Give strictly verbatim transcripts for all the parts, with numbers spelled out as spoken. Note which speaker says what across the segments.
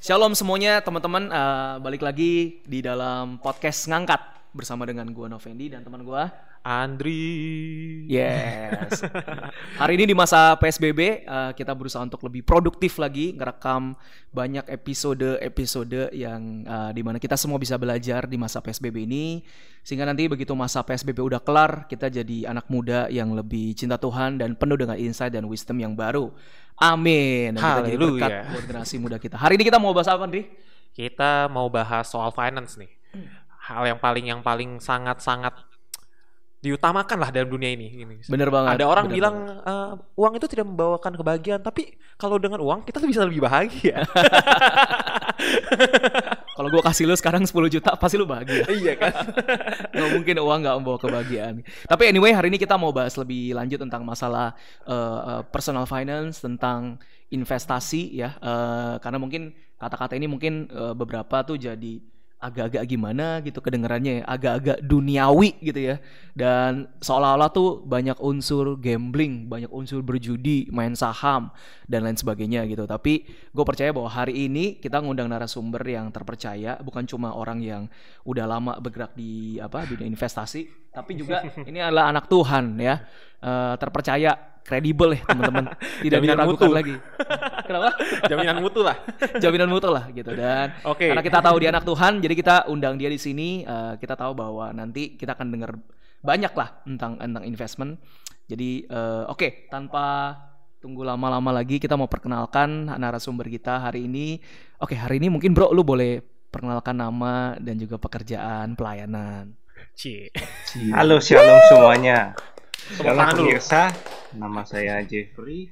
Speaker 1: Shalom semuanya teman-teman, uh, balik lagi di dalam podcast Ngangkat bersama dengan gua Novendi dan teman gua
Speaker 2: Andri.
Speaker 1: Yes. Hari ini di masa P S B B uh, kita berusaha untuk lebih produktif lagi, ngerekam banyak episode-episode yang uh, dimana kita semua bisa belajar di masa P S B B ini, sehingga nanti begitu masa P S B B udah kelar, kita jadi anak muda yang lebih cinta Tuhan dan penuh dengan insight dan wisdom yang baru. Amin. Dan kita jadi berkat buat generasi muda kita. Hari ini kita mau bahas apa, Andri?
Speaker 2: Kita mau bahas soal finance nih. Hal yang paling yang paling sangat-sangat diutamakan lah dalam dunia ini. ini.
Speaker 1: Bener banget.
Speaker 2: Ada orang
Speaker 1: bener
Speaker 2: bilang uh, uang itu tidak membawakan kebahagiaan, tapi kalau dengan uang kita bisa lebih bahagia.
Speaker 1: Kalau gue kasih lu sekarang sepuluh juta pasti lu bahagia.
Speaker 2: Iya kan?
Speaker 1: Gak mungkin uang gak membawa kebahagiaan. Tapi anyway, hari ini kita mau bahas lebih lanjut tentang masalah uh, uh, personal finance, tentang investasi ya. Uh, karena mungkin kata-kata ini mungkin uh, beberapa tuh jadi agak-agak gimana gitu kedengarannya ya, agak-agak duniawi gitu ya, dan seolah-olah tuh banyak unsur gambling, banyak unsur berjudi, main saham dan lain sebagainya gitu. Tapi gue percaya bahwa hari ini kita ngundang narasumber yang terpercaya, bukan cuma orang yang udah lama bergerak di apa dunia investasi, tapi juga ini adalah anak Tuhan ya, uh, terpercaya, kredibel ya teman-teman, tidak diragukan lagi. Kenapa?
Speaker 2: Jaminan mutu lah.
Speaker 1: Jaminan mutu lah gitu. Dan okay. Karena kita tahu dia anak Tuhan, jadi kita undang dia di sini. Uh, kita tahu bahwa nanti kita akan dengar banyak lah tentang tentang investment. Jadi uh, oke, okay, tanpa tunggu lama-lama lagi, kita mau perkenalkan narasumber kita hari ini. Oke, okay, hari ini mungkin bro, lu boleh perkenalkan nama dan juga pekerjaan pelayanan.
Speaker 2: Cie.
Speaker 3: Halo, shalom semuanya. Shalom pemirsa, nama saya Jeffrey.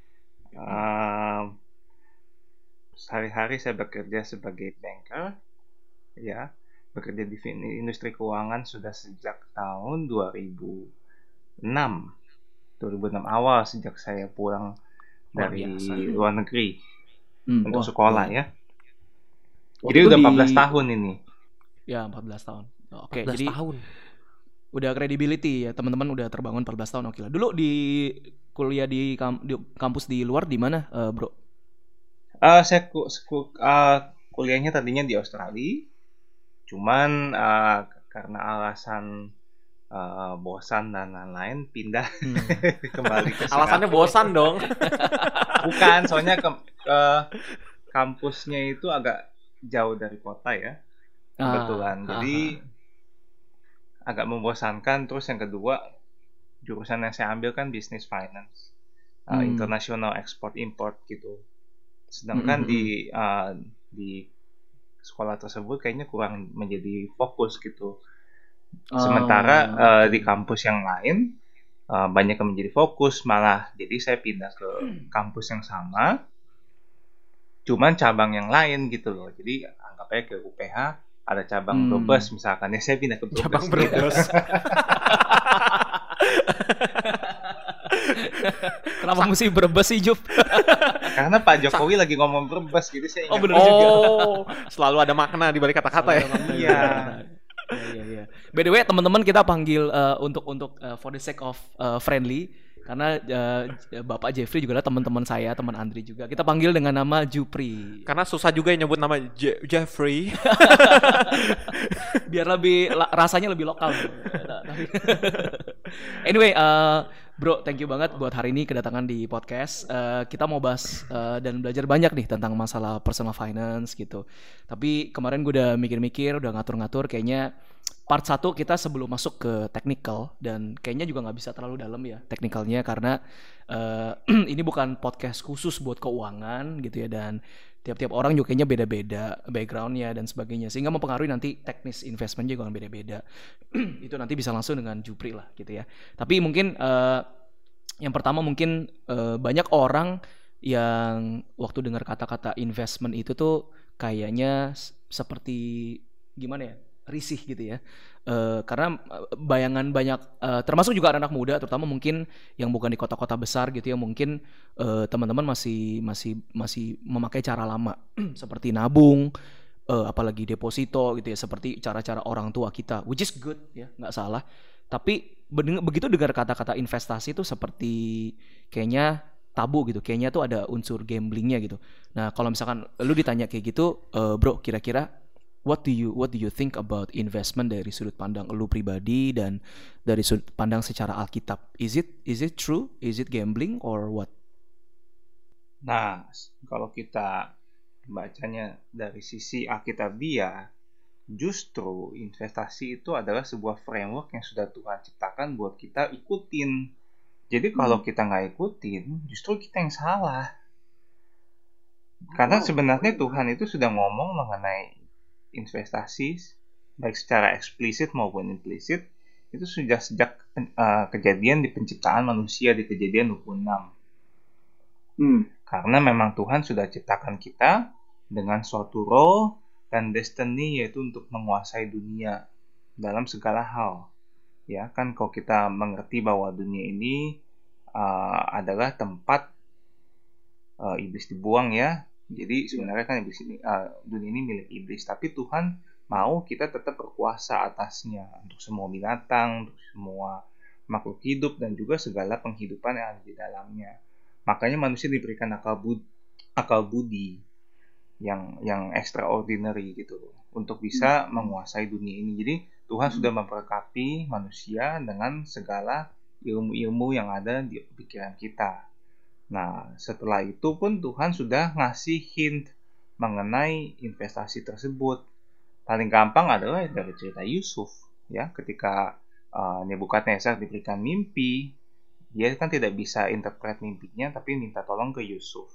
Speaker 3: Uh, Sehari-hari saya bekerja sebagai banker, ya, bekerja di industri keuangan sudah sejak tahun dua ribu enam awal, sejak saya pulang dari luar negeri hmm, untuk wah, sekolah wah. ya. Jadi udah empat belas di... tahun ini.
Speaker 1: Ya, empat belas tahun. Oke,
Speaker 2: empat belas
Speaker 1: jadi
Speaker 2: tahun.
Speaker 1: Udah credibility ya, teman-teman udah terbangun empat belas tahun. Oke lah. Dulu di kuliah di, kam, di kampus di luar di mana, uh, Bro?
Speaker 3: Uh, saya ku, ku, uh, kuliahnya tadinya di Australia. Cuman uh, karena alasan uh, bosan dan lain-lain pindah hmm. kembali ke Singapura.
Speaker 2: Alasannya bosan dong.
Speaker 3: Bukan, soalnya ke, ke kampusnya itu agak jauh dari kota ya. Kebetulan. Ah, Jadi ah. agak membosankan. Terus yang kedua, jurusan yang saya ambil kan business finance, uh, hmm. international export import gitu. Sedangkan hmm. di uh, di sekolah tersebut kayaknya kurang menjadi fokus gitu. Sementara oh. uh, di kampus yang lain uh, banyak yang menjadi fokus malah. Jadi saya pindah ke hmm. kampus yang sama, cuman cabang yang lain gitu loh. Jadi anggap aja ke U P H ada cabang hmm. Brebes misalkan, ya saya pindah ke Brebes.
Speaker 2: Cabang Brebes.
Speaker 1: Kenapa mesti Brebes sih, Jup?
Speaker 3: Karena Pak Jokowi lagi ngomong Brebes gitu, saya ingat.
Speaker 2: Oh, benar juga. Oh, selalu ada makna di balik kata-kata ya.
Speaker 3: Iya.
Speaker 1: Iya, iya. By the way, teman-teman, kita panggil uh, untuk untuk uh, for the sake of uh, friendly, karena uh, Bapak Jeffrey juga adalah teman-teman saya, teman Andri juga. Kita panggil dengan nama Jupri.
Speaker 2: Karena susah juga yang nyebut nama Je- Jeffrey.
Speaker 1: Biar lebih rasanya lebih lokal. Anyway, uh, bro, thank you banget buat hari ini kedatangan di podcast. Uh, kita mau bahas uh, dan belajar banyak nih tentang masalah personal finance gitu. Tapi kemarin gue udah mikir-mikir, udah ngatur-ngatur, kayaknya part satu kita sebelum masuk ke technical, dan kayaknya juga gak bisa terlalu dalam ya technicalnya, karena uh, ini bukan podcast khusus buat keuangan gitu ya, dan tiap-tiap orang juga kayaknya beda-beda backgroundnya dan sebagainya, sehingga mempengaruhi nanti teknis investment juga beda-beda. Itu nanti bisa langsung dengan Jupri lah gitu ya. Tapi mungkin uh, yang pertama mungkin uh, banyak orang yang waktu dengar kata-kata investment itu tuh kayaknya seperti gimana ya, risih gitu ya, uh, karena bayangan banyak, uh, termasuk juga anak muda, terutama mungkin yang bukan di kota-kota besar gitu ya, mungkin uh, teman-teman masih masih masih memakai cara lama seperti nabung, uh, apalagi deposito gitu ya, seperti cara-cara orang tua kita, which is good ya, nggak salah. Tapi begitu dengar kata-kata investasi itu seperti kayaknya tabu gitu. Kayaknya tuh ada unsur gamblingnya gitu. Nah kalau misalkan lu ditanya kayak gitu, uh, bro, kira-kira what do you what do you think about investment dari sudut pandang lu pribadi dan dari sudut pandang secara Alkitab? Is it is it true? Is it gambling or what?
Speaker 3: Nah, kalau kita bacanya dari sisi Alkitabiah, justru investasi itu adalah sebuah framework yang sudah Tuhan ciptakan buat kita ikutin. Jadi kalau kita nggak ikutin, justru kita yang salah. Karena sebenarnya Tuhan itu sudah ngomong mengenai investasi, baik secara eksplisit maupun implisit, itu sudah sejak uh, kejadian di penciptaan manusia di Kejadian dua puluh enam. Hmm. Karena memang Tuhan sudah ciptakan kita dengan suatu role dan destiny, yaitu untuk menguasai dunia dalam segala hal. Ya kan, kalau kita mengerti bahwa dunia ini uh, adalah tempat uh, iblis dibuang ya. Jadi sebenarnya kan iblis ini, uh, dunia ini milik iblis, tapi Tuhan mau kita tetap berkuasa atasnya untuk semua binatang, untuk semua makhluk hidup dan juga segala penghidupan yang ada di dalamnya. Makanya manusia diberikan akal budi, akal budi yang yang extraordinary gitu untuk bisa menguasai dunia ini. Jadi Tuhan sudah memperlengkapi manusia dengan segala ilmu-ilmu yang ada di pikiran kita. Nah, setelah itu pun Tuhan sudah ngasih hint mengenai investasi tersebut. Paling gampang adalah dari cerita Yusuf, ya, ketika uh, Nebukadnezar diberikan mimpi, dia kan tidak bisa interpret mimpinya, tapi minta tolong ke Yusuf.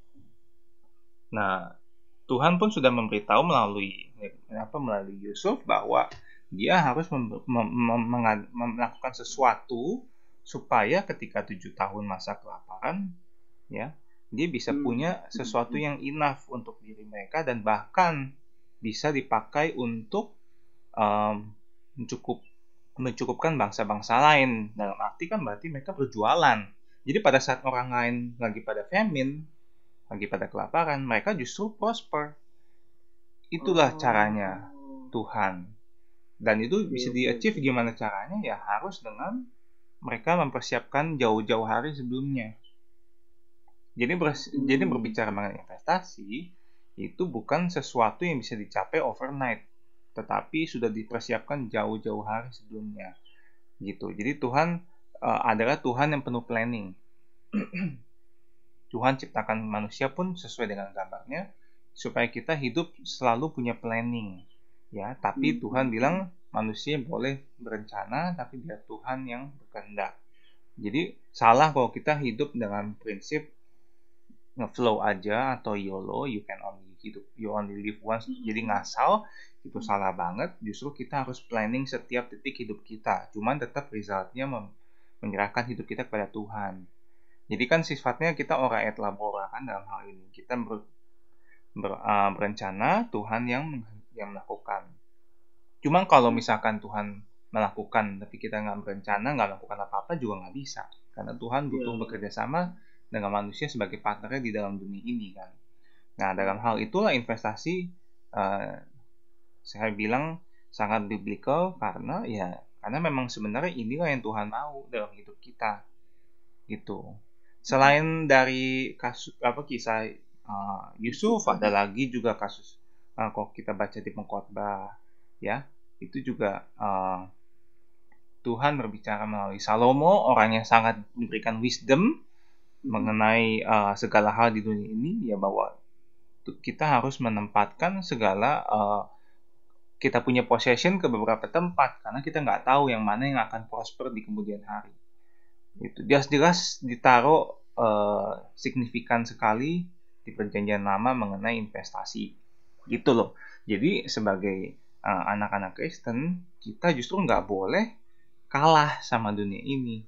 Speaker 3: Nah, Tuhan pun sudah memberitahu melalui apa melalui Yusuf bahwa dia harus mem- mem- mem- melakukan sesuatu supaya ketika tujuh tahun masa kelaparan, ya, dia bisa punya sesuatu yang enough untuk diri mereka dan bahkan bisa dipakai untuk um, mencukup mencukupkan bangsa-bangsa lain. Dalam arti kan berarti mereka berjualan. Jadi pada saat orang lain lagi pada famine, lagi pada kelaparan, mereka justru prosper. Itulah caranya Tuhan. Dan itu bisa di-achieve gimana caranya? Ya harus dengan mereka mempersiapkan jauh-jauh hari sebelumnya. Jadi ber, jadi berbicara mengenai investasi itu bukan sesuatu yang bisa dicapai overnight, tetapi sudah dipersiapkan jauh-jauh hari sebelumnya. Gitu. Jadi Tuhan uh, adalah Tuhan yang penuh planning. Tuhan ciptakan manusia pun sesuai dengan gambarnya supaya kita hidup selalu punya planning. Ya, tapi Tuhan bilang manusia boleh berencana, tapi biar Tuhan yang berkehendak. Jadi salah kalau kita hidup dengan prinsip ngeflow aja atau YOLO, you can only hidup, you only live once. Jadi ngasal, itu salah banget. Justru kita harus planning setiap detik hidup kita. Cuman tetap resultnya mem- menyerahkan hidup kita kepada Tuhan. Jadi kan sifatnya kita ora et labora kan dalam hal ini. Kita ber, ber, uh, berencana, Tuhan yang yang melakukan. Cuma kalau misalkan Tuhan melakukan tapi kita nggak berencana, nggak melakukan apa-apa juga nggak bisa. Karena Tuhan butuh yeah. bekerja sama dengan manusia sebagai partnernya di dalam dunia ini kan. Nah dalam hal itulah investasi uh, saya bilang sangat biblical karena ya karena memang sebenarnya inilah yang Tuhan mau dalam hidup kita gitu. Selain dari kasus apa kisah uh, Yusuf, ada lagi juga kasus uh, kalau kita baca di Pengkhotbah ya, itu juga uh, Tuhan berbicara melalui Salomo, orang yang sangat diberikan wisdom mengenai uh, segala hal di dunia ini, ya bahwa kita harus menempatkan segala uh, kita punya possession ke beberapa tempat karena kita nggak tahu yang mana yang akan prosper di kemudian hari. Itu jelas-jelas ditaruh uh, signifikan sekali di Perjanjian Lama mengenai investasi gitu loh. Jadi sebagai uh, anak-anak Kristen kita justru nggak boleh kalah sama dunia ini.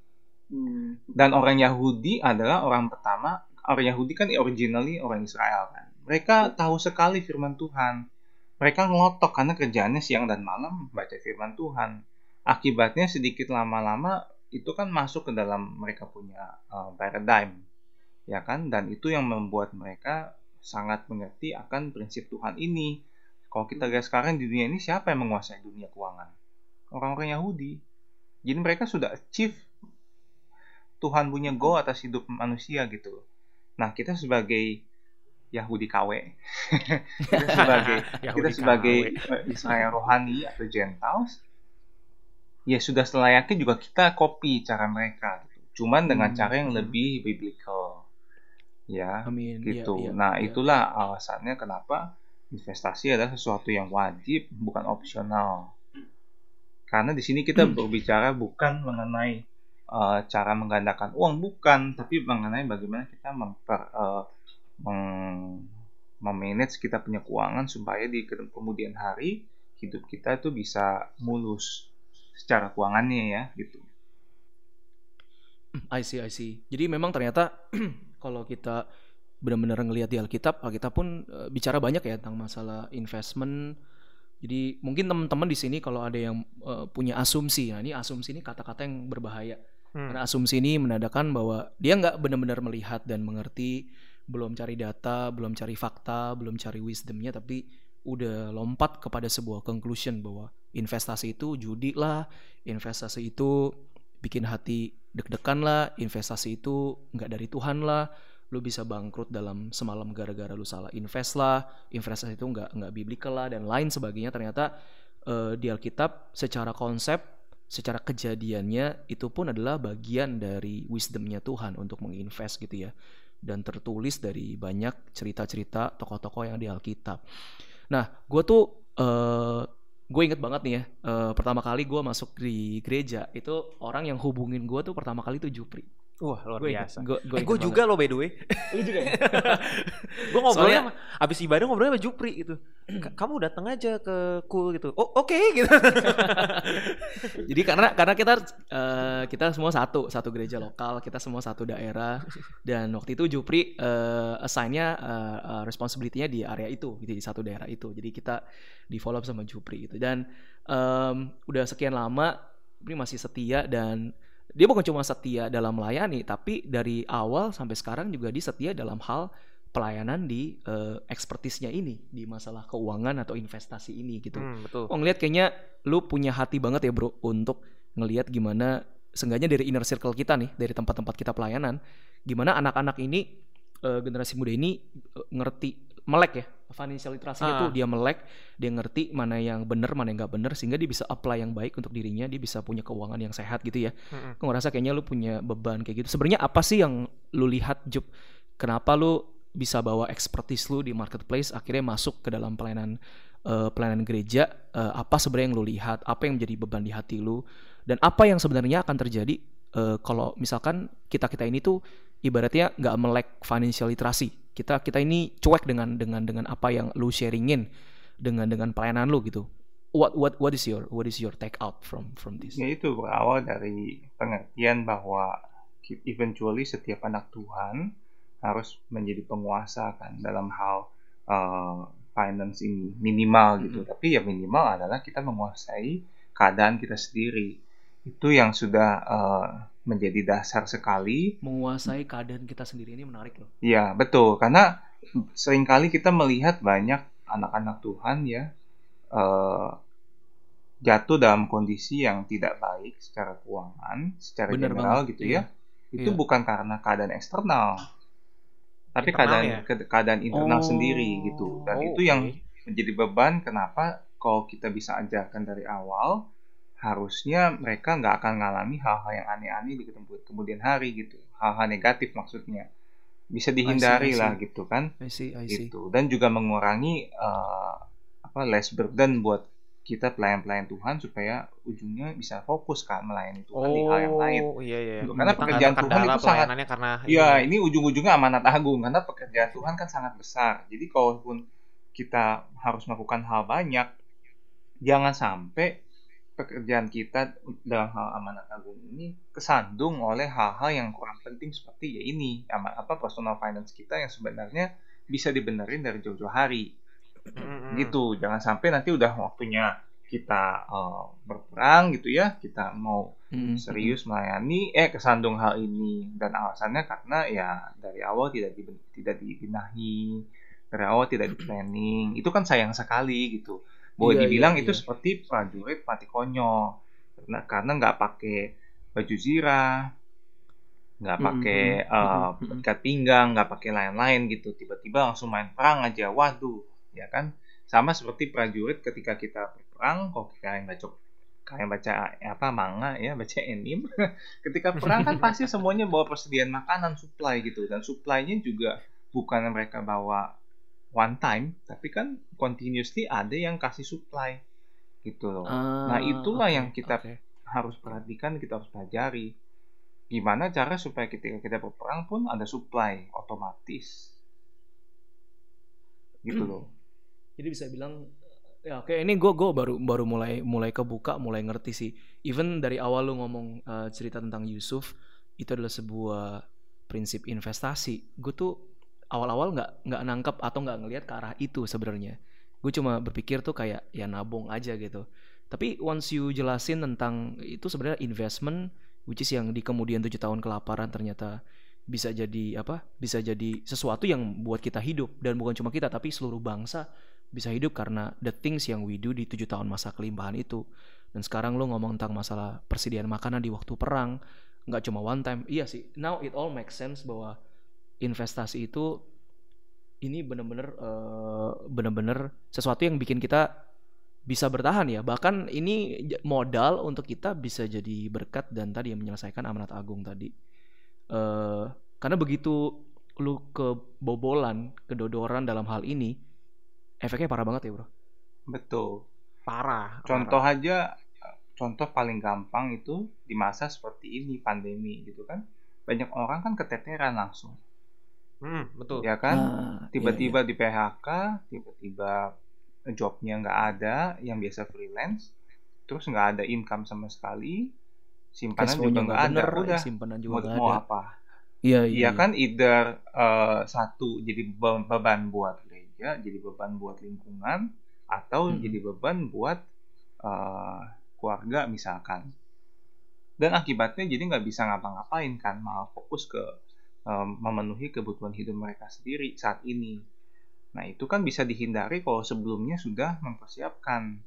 Speaker 3: Hmm. Dan orang Yahudi adalah orang pertama. Orang Yahudi kan originally orang Israel kan. Mereka tahu sekali firman Tuhan. Mereka ngelotok karena kerjaannya siang dan malam baca firman Tuhan. Akibatnya sedikit lama-lama itu kan masuk ke dalam mereka punya uh, paradigm, ya kan? Dan itu yang membuat mereka sangat mengerti akan prinsip Tuhan ini. Kalau kita lihat sekarang di dunia ini siapa yang menguasai dunia keuangan? Orang-orang Yahudi. Jadi mereka sudah achieve Tuhan punya goal atas hidup manusia gitu. Nah, kita sebagai Yahudi K W, kita sebagai kita sebagai Israel rohani atau Gentiles, ya sudah selayaknya juga kita copy cara mereka, gitu. Cuman dengan hmm. cara yang lebih biblical, ya, Amin. gitu. Ya, ya, nah, ya. Itulah alasannya kenapa investasi adalah sesuatu yang wajib, bukan opsional. Karena di sini kita hmm. berbicara bukan mengenai uh, cara menggandakan uang, bukan, tapi mengenai bagaimana kita memper uh, mem- memanage kita punya keuangan supaya di kemudian hari hidup kita itu bisa mulus secara keuangannya ya gitu.
Speaker 1: I see, I see. Jadi memang ternyata kalau kita benar-benar ngelihat di Alkitab, Alkitab pun uh, bicara banyak ya tentang masalah investment. Jadi mungkin teman-teman di sini kalau ada yang uh, punya asumsi, nah ini asumsi ini kata-kata yang berbahaya. Hmm. Karena asumsi ini menandakan bahwa dia nggak benar-benar melihat dan mengerti, belum cari data, belum cari fakta, belum cari wisdomnya, tapi udah lompat kepada sebuah conclusion bahwa investasi itu judi lah, investasi itu bikin hati deg-degan lah, investasi itu nggak dari Tuhan lah, lu bisa bangkrut dalam semalam gara-gara lu salah invest lah, investasi itu nggak nggak biblical lah dan lain sebagainya. Ternyata uh, di Alkitab secara konsep, secara kejadiannya itu pun adalah bagian dari wisdomnya Tuhan untuk menginvest gitu ya, dan tertulis dari banyak cerita-cerita tokoh-tokoh yang di Alkitab. Nah, gue tuh uh, gue inget banget nih ya, uh, pertama kali gue masuk di gereja itu orang yang hubungin gue tuh pertama kali tuh Jupri.
Speaker 2: Wah, luar
Speaker 1: gua
Speaker 2: biasa.
Speaker 1: Gue
Speaker 2: eh, gue juga loh by the way.
Speaker 1: Lu juga ya?
Speaker 2: Gue ngobrolnya Soalnya, abis ibadah ngobrolnya sama Jupri gitu. Kamu datang aja ke cool gitu. Oh oke okay, gitu.
Speaker 1: Jadi karena karena kita uh, kita semua satu satu gereja lokal, kita semua satu daerah, dan waktu itu Jupri uh, assign-nya uh, uh, responsibility-nya di area itu, gitu, di satu daerah itu. Jadi kita di follow up sama Jupri gitu. Dan um, udah sekian lama Jupri masih setia, dan dia bukan cuma setia dalam melayani, tapi dari awal sampai sekarang juga dia setia dalam hal pelayanan di uh, expertise-nya ini di masalah keuangan atau investasi ini gitu.
Speaker 2: Hmm, betul.
Speaker 1: Oh, ngelihat kayaknya lu punya hati banget ya bro untuk ngelihat gimana seenggaknya dari inner circle kita nih, dari tempat-tempat kita pelayanan, gimana anak-anak ini uh, generasi muda ini uh, ngerti melek ya, financial literasi-nya ah. tuh dia melek, dia ngerti mana yang benar, mana yang nggak benar, sehingga dia bisa apply yang baik untuk dirinya, dia bisa punya keuangan yang sehat gitu ya. Mm-hmm. Aku ngerasa kayaknya lu punya beban kayak gitu. Sebenarnya apa sih yang lu lihat, Jup? Kenapa lu bisa bawa expertise lu di marketplace akhirnya masuk ke dalam pelayanan uh, pelayanan gereja? Uh, apa sebenarnya yang lu lihat? Apa yang menjadi beban di hati lu? Dan apa yang sebenarnya akan terjadi uh, kalau misalkan kita-kita ini tuh ibaratnya nggak melek financial literasi? Kita kita ini cuek dengan dengan dengan apa yang lu sharingin dengan dengan pelayanan lu gitu. What what what is your what is your take out from from this?
Speaker 3: Ya itu berawal dari pengertian bahwa eventually setiap anak Tuhan harus menjadi penguasa kan dalam hal uh, finance ini minimal gitu. Mm-hmm. Tapi ya minimal adalah kita menguasai keadaan kita sendiri. Itu yang sudah uh, menjadi dasar sekali.
Speaker 1: Menguasai keadaan kita sendiri ini menarik loh.
Speaker 3: Iya, betul. Karena seringkali kita melihat banyak anak-anak Tuhan ya uh, jatuh dalam kondisi yang tidak baik secara keuangan, secara Bener general banget. gitu iya. ya. Itu iya. bukan karena keadaan eksternal, tapi internal keadaan ya? ke- keadaan internal oh. sendiri gitu. Dan oh, itu okay. yang menjadi beban. Kenapa kalau kita bisa ajarkan dari awal, harusnya mereka nggak akan mengalami hal-hal yang aneh-aneh di kemudian hari gitu, hal-hal negatif maksudnya bisa dihindari I see, I see. lah gitu kan,
Speaker 1: I see, I see.
Speaker 3: gitu. Dan juga mengurangi uh, apa less burden buat kita pelayan-pelayan Tuhan supaya ujungnya bisa fokus kan melayani Tuhan oh, di hal yang lain.
Speaker 2: Iya, iya.
Speaker 3: Gitu. Karena pekerjaan Tuhan itu sangat,
Speaker 2: karena
Speaker 3: ya ini ujung-ujungnya amanat agung karena pekerjaan Tuhan kan sangat besar. Jadi kalaupun kita harus melakukan hal banyak, jangan sampai pekerjaan kita dalam hal amanat agung ini kesandung oleh hal-hal yang kurang penting seperti ya ini apa personal finance kita yang sebenarnya bisa dibenerin dari jauh-jauh hari. Mm-hmm. Gitu, jangan sampai nanti udah waktunya kita uh, berperang gitu ya, kita mau mm-hmm. serius melayani, eh kesandung hal ini, dan alasannya karena ya dari awal tidak di, tidak dibenahi, dari awal tidak di planning, itu kan sayang sekali gitu. Boleh iya, dibilang iya, itu iya. seperti prajurit mati konyol karena karena nggak pakai baju zirah, nggak
Speaker 1: Mm,
Speaker 3: pakai
Speaker 1: mm, mm,
Speaker 3: uh,
Speaker 1: mm, mm.
Speaker 3: ikat pinggang, nggak pakai lain-lain gitu. Tiba-tiba langsung main perang aja, waduh, ya kan? Sama seperti prajurit ketika kita berperang, kok kalian baca kalian baca apa manga ya, baca anime, ketika perang kan pasti semuanya bawa persediaan makanan, supply gitu, dan supply-nya juga bukan mereka bawa one time, tapi kan continuously ada yang kasih supply gitu loh. Nah,
Speaker 1: Ah,
Speaker 3: itulah
Speaker 1: oke,
Speaker 3: yang kita
Speaker 1: oke.
Speaker 3: harus perhatikan, kita harus pelajari. Gimana cara supaya ketika kita berperang pun ada supply otomatis. Gitu loh.
Speaker 1: Jadi bisa bilang ya oke ini gue gue baru baru mulai mulai kebuka mulai ngerti sih. Even dari awal lu ngomong uh, cerita tentang Yusuf itu adalah sebuah prinsip investasi. Gue tuh awal-awal nggak nggak nangkep atau nggak ngelihat ke arah itu sebenarnya. Gue cuma berpikir tuh kayak ya nabung aja gitu. Tapi once you jelasin tentang itu sebenarnya investment, which is yang di kemudian tujuh tahun kelaparan ternyata bisa jadi apa? Bisa jadi sesuatu yang buat kita hidup dan bukan cuma kita tapi seluruh bangsa bisa hidup karena the things yang we do di tujuh tahun masa kelimpahan itu. Dan sekarang lo ngomong tentang masalah persediaan makanan di waktu perang, nggak cuma one time. Iya sih, now it all makes sense bahwa investasi itu ini bener-bener uh, bener-bener sesuatu yang bikin kita bisa bertahan ya. Bahkan ini modal untuk kita bisa jadi berkat dan tadi yang menyelesaikan amanat agung tadi. Uh, karena begitu lu kebobolan, kedodoran dalam hal ini, efeknya parah banget ya bro.
Speaker 3: Betul.
Speaker 2: Parah.
Speaker 3: Contoh
Speaker 2: parah.
Speaker 3: aja, contoh paling gampang itu di masa seperti ini pandemi gitu kan, banyak orang kan keteteran langsung.
Speaker 2: Hmm, betul.
Speaker 3: Ya kan,
Speaker 1: Ah,
Speaker 3: tiba-tiba
Speaker 1: iya, iya.
Speaker 3: di P H K, tiba-tiba jobnya nggak ada, yang biasa freelance, terus nggak ada income sama sekali, simpanan juga nggak ada,
Speaker 1: bener,
Speaker 3: udah
Speaker 1: simpanan
Speaker 3: mau,
Speaker 1: juga
Speaker 3: mau
Speaker 1: ada.
Speaker 3: apa?
Speaker 1: Iya, iya,
Speaker 3: Iya
Speaker 1: iya.
Speaker 3: kan, either uh, satu jadi be- beban buat gereja, jadi beban buat lingkungan, atau
Speaker 1: Mm-mm.
Speaker 3: jadi beban buat uh, keluarga misalkan. Dan akibatnya jadi nggak bisa ngapa-ngapain kan, malah fokus ke um, memenuhi kebutuhan hidup mereka sendiri saat ini. Nah, itu kan bisa dihindari kalau sebelumnya sudah mempersiapkan.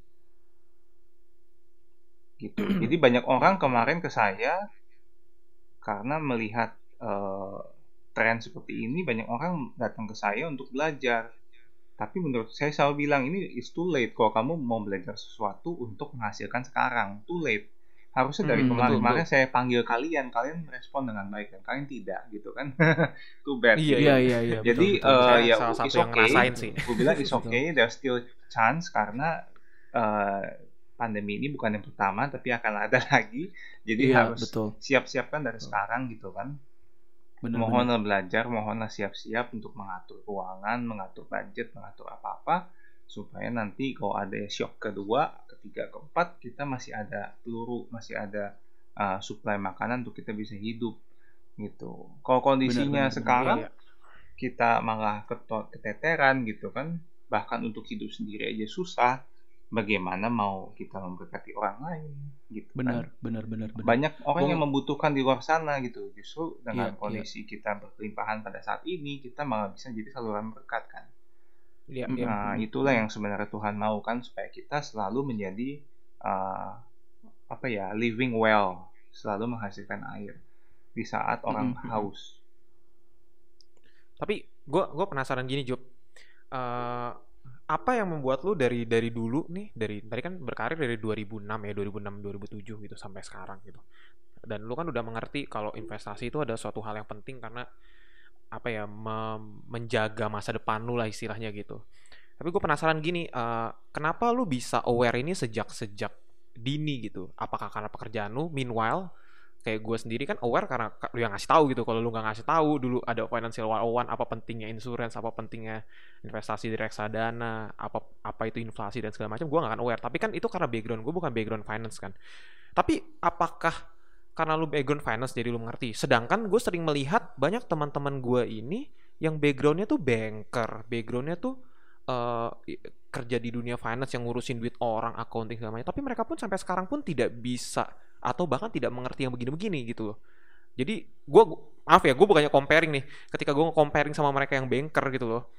Speaker 3: Gitu. Jadi banyak orang kemarin ke saya karena melihat uh, tren seperti ini, banyak orang datang ke saya untuk belajar. Tapi menurut saya selalu bilang ini is too late kalau kamu mau belajar sesuatu untuk menghasilkan sekarang. Too late. Harusnya dari
Speaker 1: Hmm,
Speaker 3: kemarin-kemarin
Speaker 2: betul.
Speaker 3: saya panggil kalian, kalian respon dengan baik dan kalian tidak gitu kan. Too bad.
Speaker 2: Iya,
Speaker 3: gitu.
Speaker 1: Iya, iya, iya.
Speaker 3: Jadi
Speaker 1: betul, betul,
Speaker 3: uh,
Speaker 2: Saya
Speaker 3: ya
Speaker 2: salah satu
Speaker 3: it's
Speaker 2: yang
Speaker 3: okay.
Speaker 2: ngerasain sih.
Speaker 3: Gue bilang it's
Speaker 1: Betul.
Speaker 3: okay, there's still chance karena uh, pandemi ini bukan yang pertama tapi akan ada lagi. Jadi
Speaker 1: Iya,
Speaker 3: harus
Speaker 1: betul.
Speaker 3: siap-siapkan dari
Speaker 1: Betul.
Speaker 3: sekarang gitu kan.
Speaker 1: Bener-bener.
Speaker 3: Mohonlah belajar, mohonlah siap-siap untuk mengatur keuangan, mengatur budget, mengatur apa-apa supaya nanti kalau ada shock kedua, ketiga, keempat kita masih ada peluru, masih ada uh, supply makanan untuk kita bisa hidup gitu. Kalau kondisinya
Speaker 1: Benar, benar,
Speaker 3: sekarang
Speaker 2: Iya, iya.
Speaker 3: kita malah keto- keteteran gitu kan, bahkan untuk hidup sendiri aja susah, bagaimana mau kita memberkati orang lain gitu
Speaker 1: Benar,
Speaker 3: kan.
Speaker 1: benar, benar, benar.
Speaker 3: Banyak orang
Speaker 1: Gua-
Speaker 3: yang membutuhkan di luar sana gitu. Justru dengan
Speaker 1: Iya,
Speaker 3: kondisi kita berkelimpahan pada saat ini, kita malah bisa jadi saluran berkat kan.
Speaker 2: Iya,
Speaker 1: Mm-mm.
Speaker 2: iya.
Speaker 3: Nah,
Speaker 1: Mm-mm.
Speaker 3: itulah yang sebenarnya Tuhan mau kan, supaya kita selalu menjadi uh, apa ya, living well, selalu menghasilkan air di saat orang
Speaker 1: Mm-mm.
Speaker 3: haus.
Speaker 2: Tapi gue gue penasaran gini Job. Eh, apa yang membuat lu dari dari dulu nih, dari tadi kan berkarir dari dua ribu enam ya, dua ribu enam dua ribu tujuh gitu sampai sekarang gitu. Dan lu kan udah mengerti kalau investasi itu ada suatu hal yang penting karena apa ya, mem- menjaga masa depan lu lah istilahnya gitu. Tapi gue penasaran gini, eh, kenapa lu bisa aware ini sejak sejak dini gitu? Apakah karena pekerjaan lu? Meanwhile, kayak gue sendiri kan aware karena ka- lu yang ngasih tahu gitu. Kalau lu nggak ngasih tahu dulu ada financial one oh one, apa pentingnya insurance, apa pentingnya investasi di reksadana, apa apa itu inflasi dan segala macam, gue nggak akan aware. Tapi kan itu karena background gue bukan background finance kan. Tapi apakah karena lu background finance jadi lu mengerti? Sedangkan gue sering melihat banyak teman-teman gue ini yang backgroundnya tuh banker, backgroundnya tuh eh, i- kerja di dunia finance yang ngurusin duit orang, accounting segala macam. Tapi mereka pun sampai sekarang pun tidak bisa atau bahkan tidak mengerti yang begini-begini gitu loh. Jadi gue, maaf ya, gue bukannya comparing nih. Ketika gue comparing sama mereka yang banker gitu loh,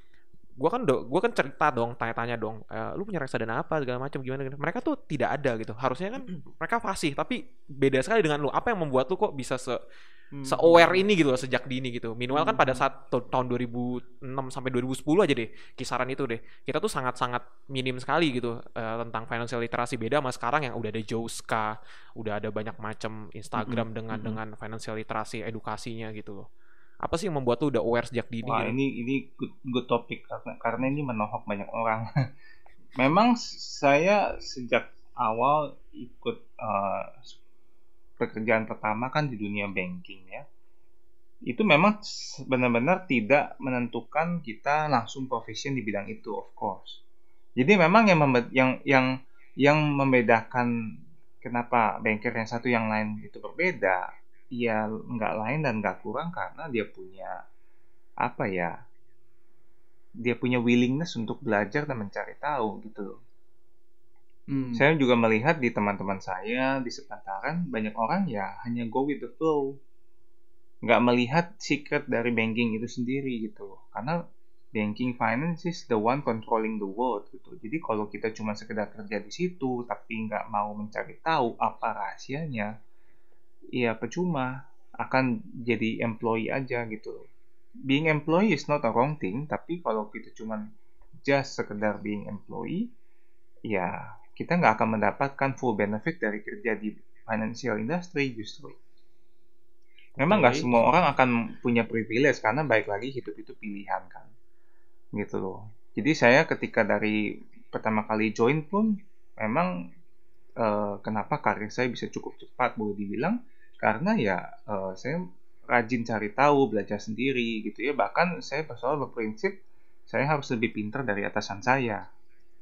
Speaker 2: gue kan do, gue kan cerita dong, tanya-tanya dong, e, lu punya reksadana apa segala macam gimana, gimana. Mereka tuh tidak ada gitu. Harusnya kan mereka fasih, tapi beda sekali dengan lu. Apa yang membuat lu kok bisa se hmm. se-aware ini gitu loh sejak dini gitu. Minimal kan pada saat t- tahun dua ribu enam sampai dua ribu sepuluh aja deh, kisaran itu deh. Kita tuh sangat-sangat minim sekali gitu uh, tentang financial literacy. Beda sama sekarang yang udah ada Joska, udah ada banyak macam Instagram hmm. dengan hmm. dengan financial literacy edukasinya gitu loh. Apa sih yang membuat lu udah aware sejak dini?
Speaker 3: Wah,
Speaker 2: gitu?
Speaker 3: ini ini good, good topic karena, karena ini menohok banyak orang. Memang saya sejak awal ikut uh, pekerjaan pertama kan di dunia banking ya. Itu memang benar-benar tidak menentukan kita langsung profession di bidang itu, of course. Jadi memang yang membe- yang yang yang membedakan kenapa banker yang satu yang lain itu berbeda, ya nggak lain dan nggak kurang karena dia punya apa ya, dia punya willingness untuk belajar dan mencari tahu gitu loh. Hmm. Saya juga melihat di teman-teman saya di sepantaran banyak orang ya hanya go with the flow, nggak melihat secret dari banking itu sendiri gitu. Karena banking finance is the one controlling the world gitu. Jadi kalau kita cuma sekedar kerja di situ tapi nggak mau mencari tahu apa rahasianya, ya percuma, akan jadi employee aja gitu. Being employee is not a wrong thing, tapi kalau kita cuma just sekedar being employee, ya kita nggak akan mendapatkan full benefit dari kerja di financial industry justru. Memang nggak okay. semua orang akan punya privilege karena baik lagi hidup itu pilihan kan, gitu loh. Jadi saya ketika dari pertama kali join pun memang eh, kenapa karir saya bisa cukup cepat boleh dibilang karena ya eh, saya rajin cari tahu, belajar sendiri gitu ya. Bahkan saya selalu berprinsip saya harus lebih pintar dari atasan saya.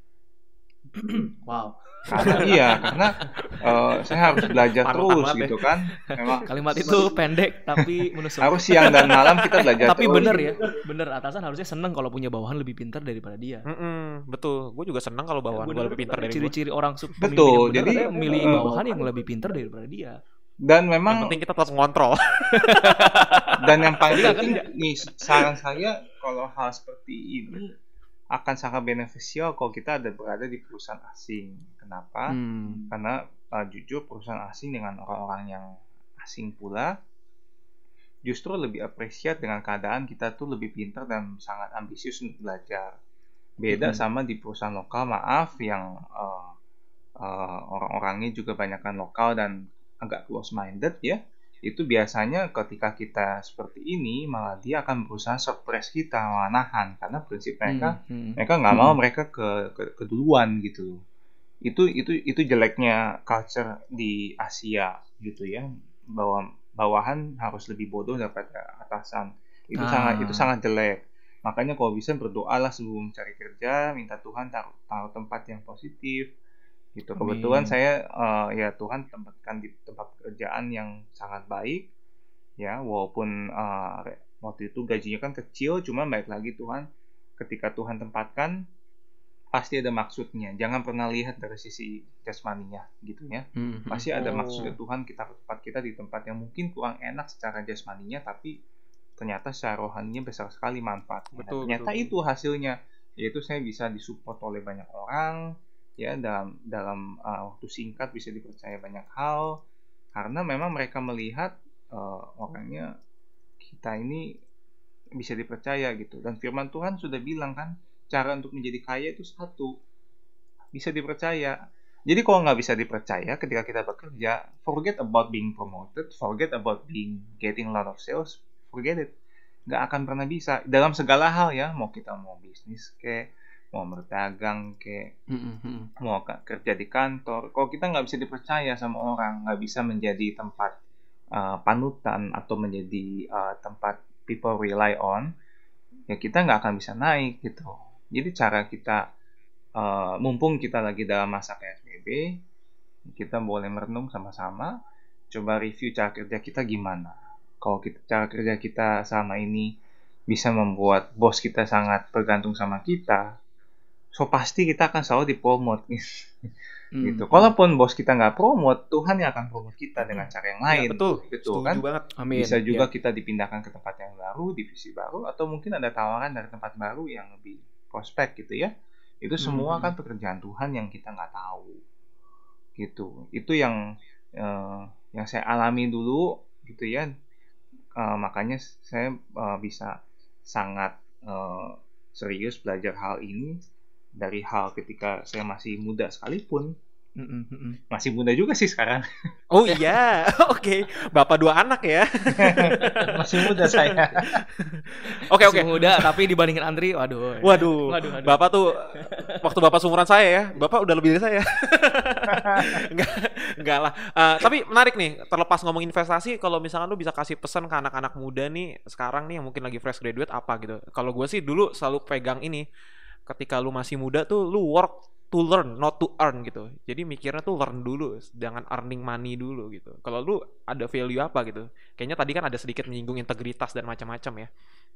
Speaker 1: Wow.
Speaker 3: Karena iya, karena uh, saya harus belajar terus gitu ya. Kan. Memang
Speaker 1: kalimat itu pendek tapi menusuk.
Speaker 3: Harus siang dan malam kita belajar
Speaker 1: tapi
Speaker 3: terus.
Speaker 1: Tapi bener ya, bener atasan harusnya seneng kalau punya bawahan lebih pintar daripada dia.
Speaker 2: Mm-mm, betul, gue juga seneng kalau bawahan gue lebih pintar dari gue.
Speaker 1: Ciri-ciri orang pemimpin
Speaker 3: betul,
Speaker 1: yang bener
Speaker 3: jadi
Speaker 1: milih bawahan yang lebih pintar daripada dia.
Speaker 3: Dan memang
Speaker 2: yang penting kita tetap ngontrol.
Speaker 3: Dan yang paling penting nih saran saya kalau hal seperti ini akan sangat beneficial kalau kita ada berada di perusahaan asing. Kenapa? Hmm. Karena uh, jujur perusahaan asing dengan orang-orang yang asing pula justru lebih appreciate dengan keadaan kita tuh lebih pintar dan sangat ambisius untuk belajar. Beda hmm. sama di perusahaan lokal, maaf yang uh, uh, orang-orangnya juga banyakkan lokal dan agak close minded ya, itu biasanya ketika kita seperti ini malah dia akan berusaha suppress kita, malah nahan karena prinsip mereka hmm, hmm, mereka nggak hmm. mau mereka ke, ke keduluan gitu. Itu itu itu jeleknya culture di Asia gitu ya, bahwa bawahan harus lebih bodoh daripada atasan. Itu ah. sangat itu sangat jelek. Makanya kalau bisa berdoalah sebelum cari kerja, minta Tuhan taruh, taruh tempat yang positif. Gitu. Kebetulan Amin. saya uh, ya Tuhan tempatkan di tempat pekerjaan yang sangat baik ya, walaupun uh, waktu itu gajinya kan kecil, cuma baik lagi Tuhan ketika Tuhan tempatkan pasti ada maksudnya. Jangan pernah lihat dari sisi jasmaninya gitu ya. Mm-hmm. Pasti ada oh. maksudnya Tuhan kita tempat kita di tempat yang mungkin kurang enak secara jasmaninya, tapi ternyata secara rohaninya besar sekali manfaatnya. Betul, ternyata betul. Itu hasilnya, yaitu saya bisa disupport oleh banyak orang. Ya dalam dalam uh, waktu singkat bisa dipercaya banyak hal karena memang mereka melihat uh, orangnya kita ini bisa dipercaya gitu. Dan firman Tuhan sudah bilang kan cara untuk menjadi kaya itu satu, bisa dipercaya. Jadi kalau nggak bisa dipercaya ketika kita bekerja, forget about being promoted, forget about being getting a lot of sales, forget it, nggak akan pernah bisa dalam segala hal ya. Mau kita mau bisnis kayak mau berdagang kayak mm-hmm. mau kerja di kantor, kalau kita nggak bisa dipercaya sama orang, nggak bisa menjadi tempat uh, panutan atau menjadi uh, tempat people rely on, ya kita nggak akan bisa naik gitu. Jadi cara kita uh, mumpung kita lagi dalam masa P S B B, kita boleh merenung sama-sama, coba review cara kerja kita gimana. Kalau kita, cara kerja kita selama ini bisa membuat bos kita sangat bergantung sama kita, so pasti kita akan selalu dipromote gitu. Hmm. Kalaupun bos kita nggak promote, Tuhan yang akan promote kita dengan cara yang lain.
Speaker 2: Ya, betul,
Speaker 3: betul
Speaker 2: kan? Banget.
Speaker 1: Amin.
Speaker 3: Bisa juga
Speaker 1: ya.
Speaker 3: kita dipindahkan ke tempat yang baru, divisi baru, atau mungkin ada tawaran dari tempat baru yang lebih prospek gitu ya. Itu semua
Speaker 1: Hmm.
Speaker 3: kan pekerjaan Tuhan yang kita nggak tahu gitu. Itu yang eh, yang saya alami dulu gitu ya. Eh, makanya saya eh, bisa sangat eh, serius belajar hal ini dari hal ketika saya masih muda sekalipun.
Speaker 1: Mm-mm, mm-mm.
Speaker 3: Masih muda juga sih sekarang.
Speaker 2: Oh iya, oke. Bapak dua anak ya.
Speaker 3: Masih muda saya.
Speaker 2: Oke
Speaker 1: Masih
Speaker 2: oke.
Speaker 1: muda tapi dibandingin Andri, waduh.
Speaker 2: Waduh,
Speaker 1: Waduh, waduh.
Speaker 2: Bapak tuh waktu Bapak seumuran saya ya, Bapak udah lebih dari saya. enggak, enggak lah. Eh, tapi menarik nih, terlepas ngomong investasi, kalau misalkan lu bisa kasih pesan ke anak-anak muda nih sekarang nih yang mungkin lagi fresh graduate apa gitu. Kalau gue sih dulu selalu pegang ini, ketika lu masih muda tuh lu work to learn, not to earn gitu. Jadi mikirnya tuh learn dulu, jangan earning money dulu gitu. Kalau lu ada value apa gitu? Kayaknya tadi kan ada sedikit menyinggung integritas dan macam-macam ya.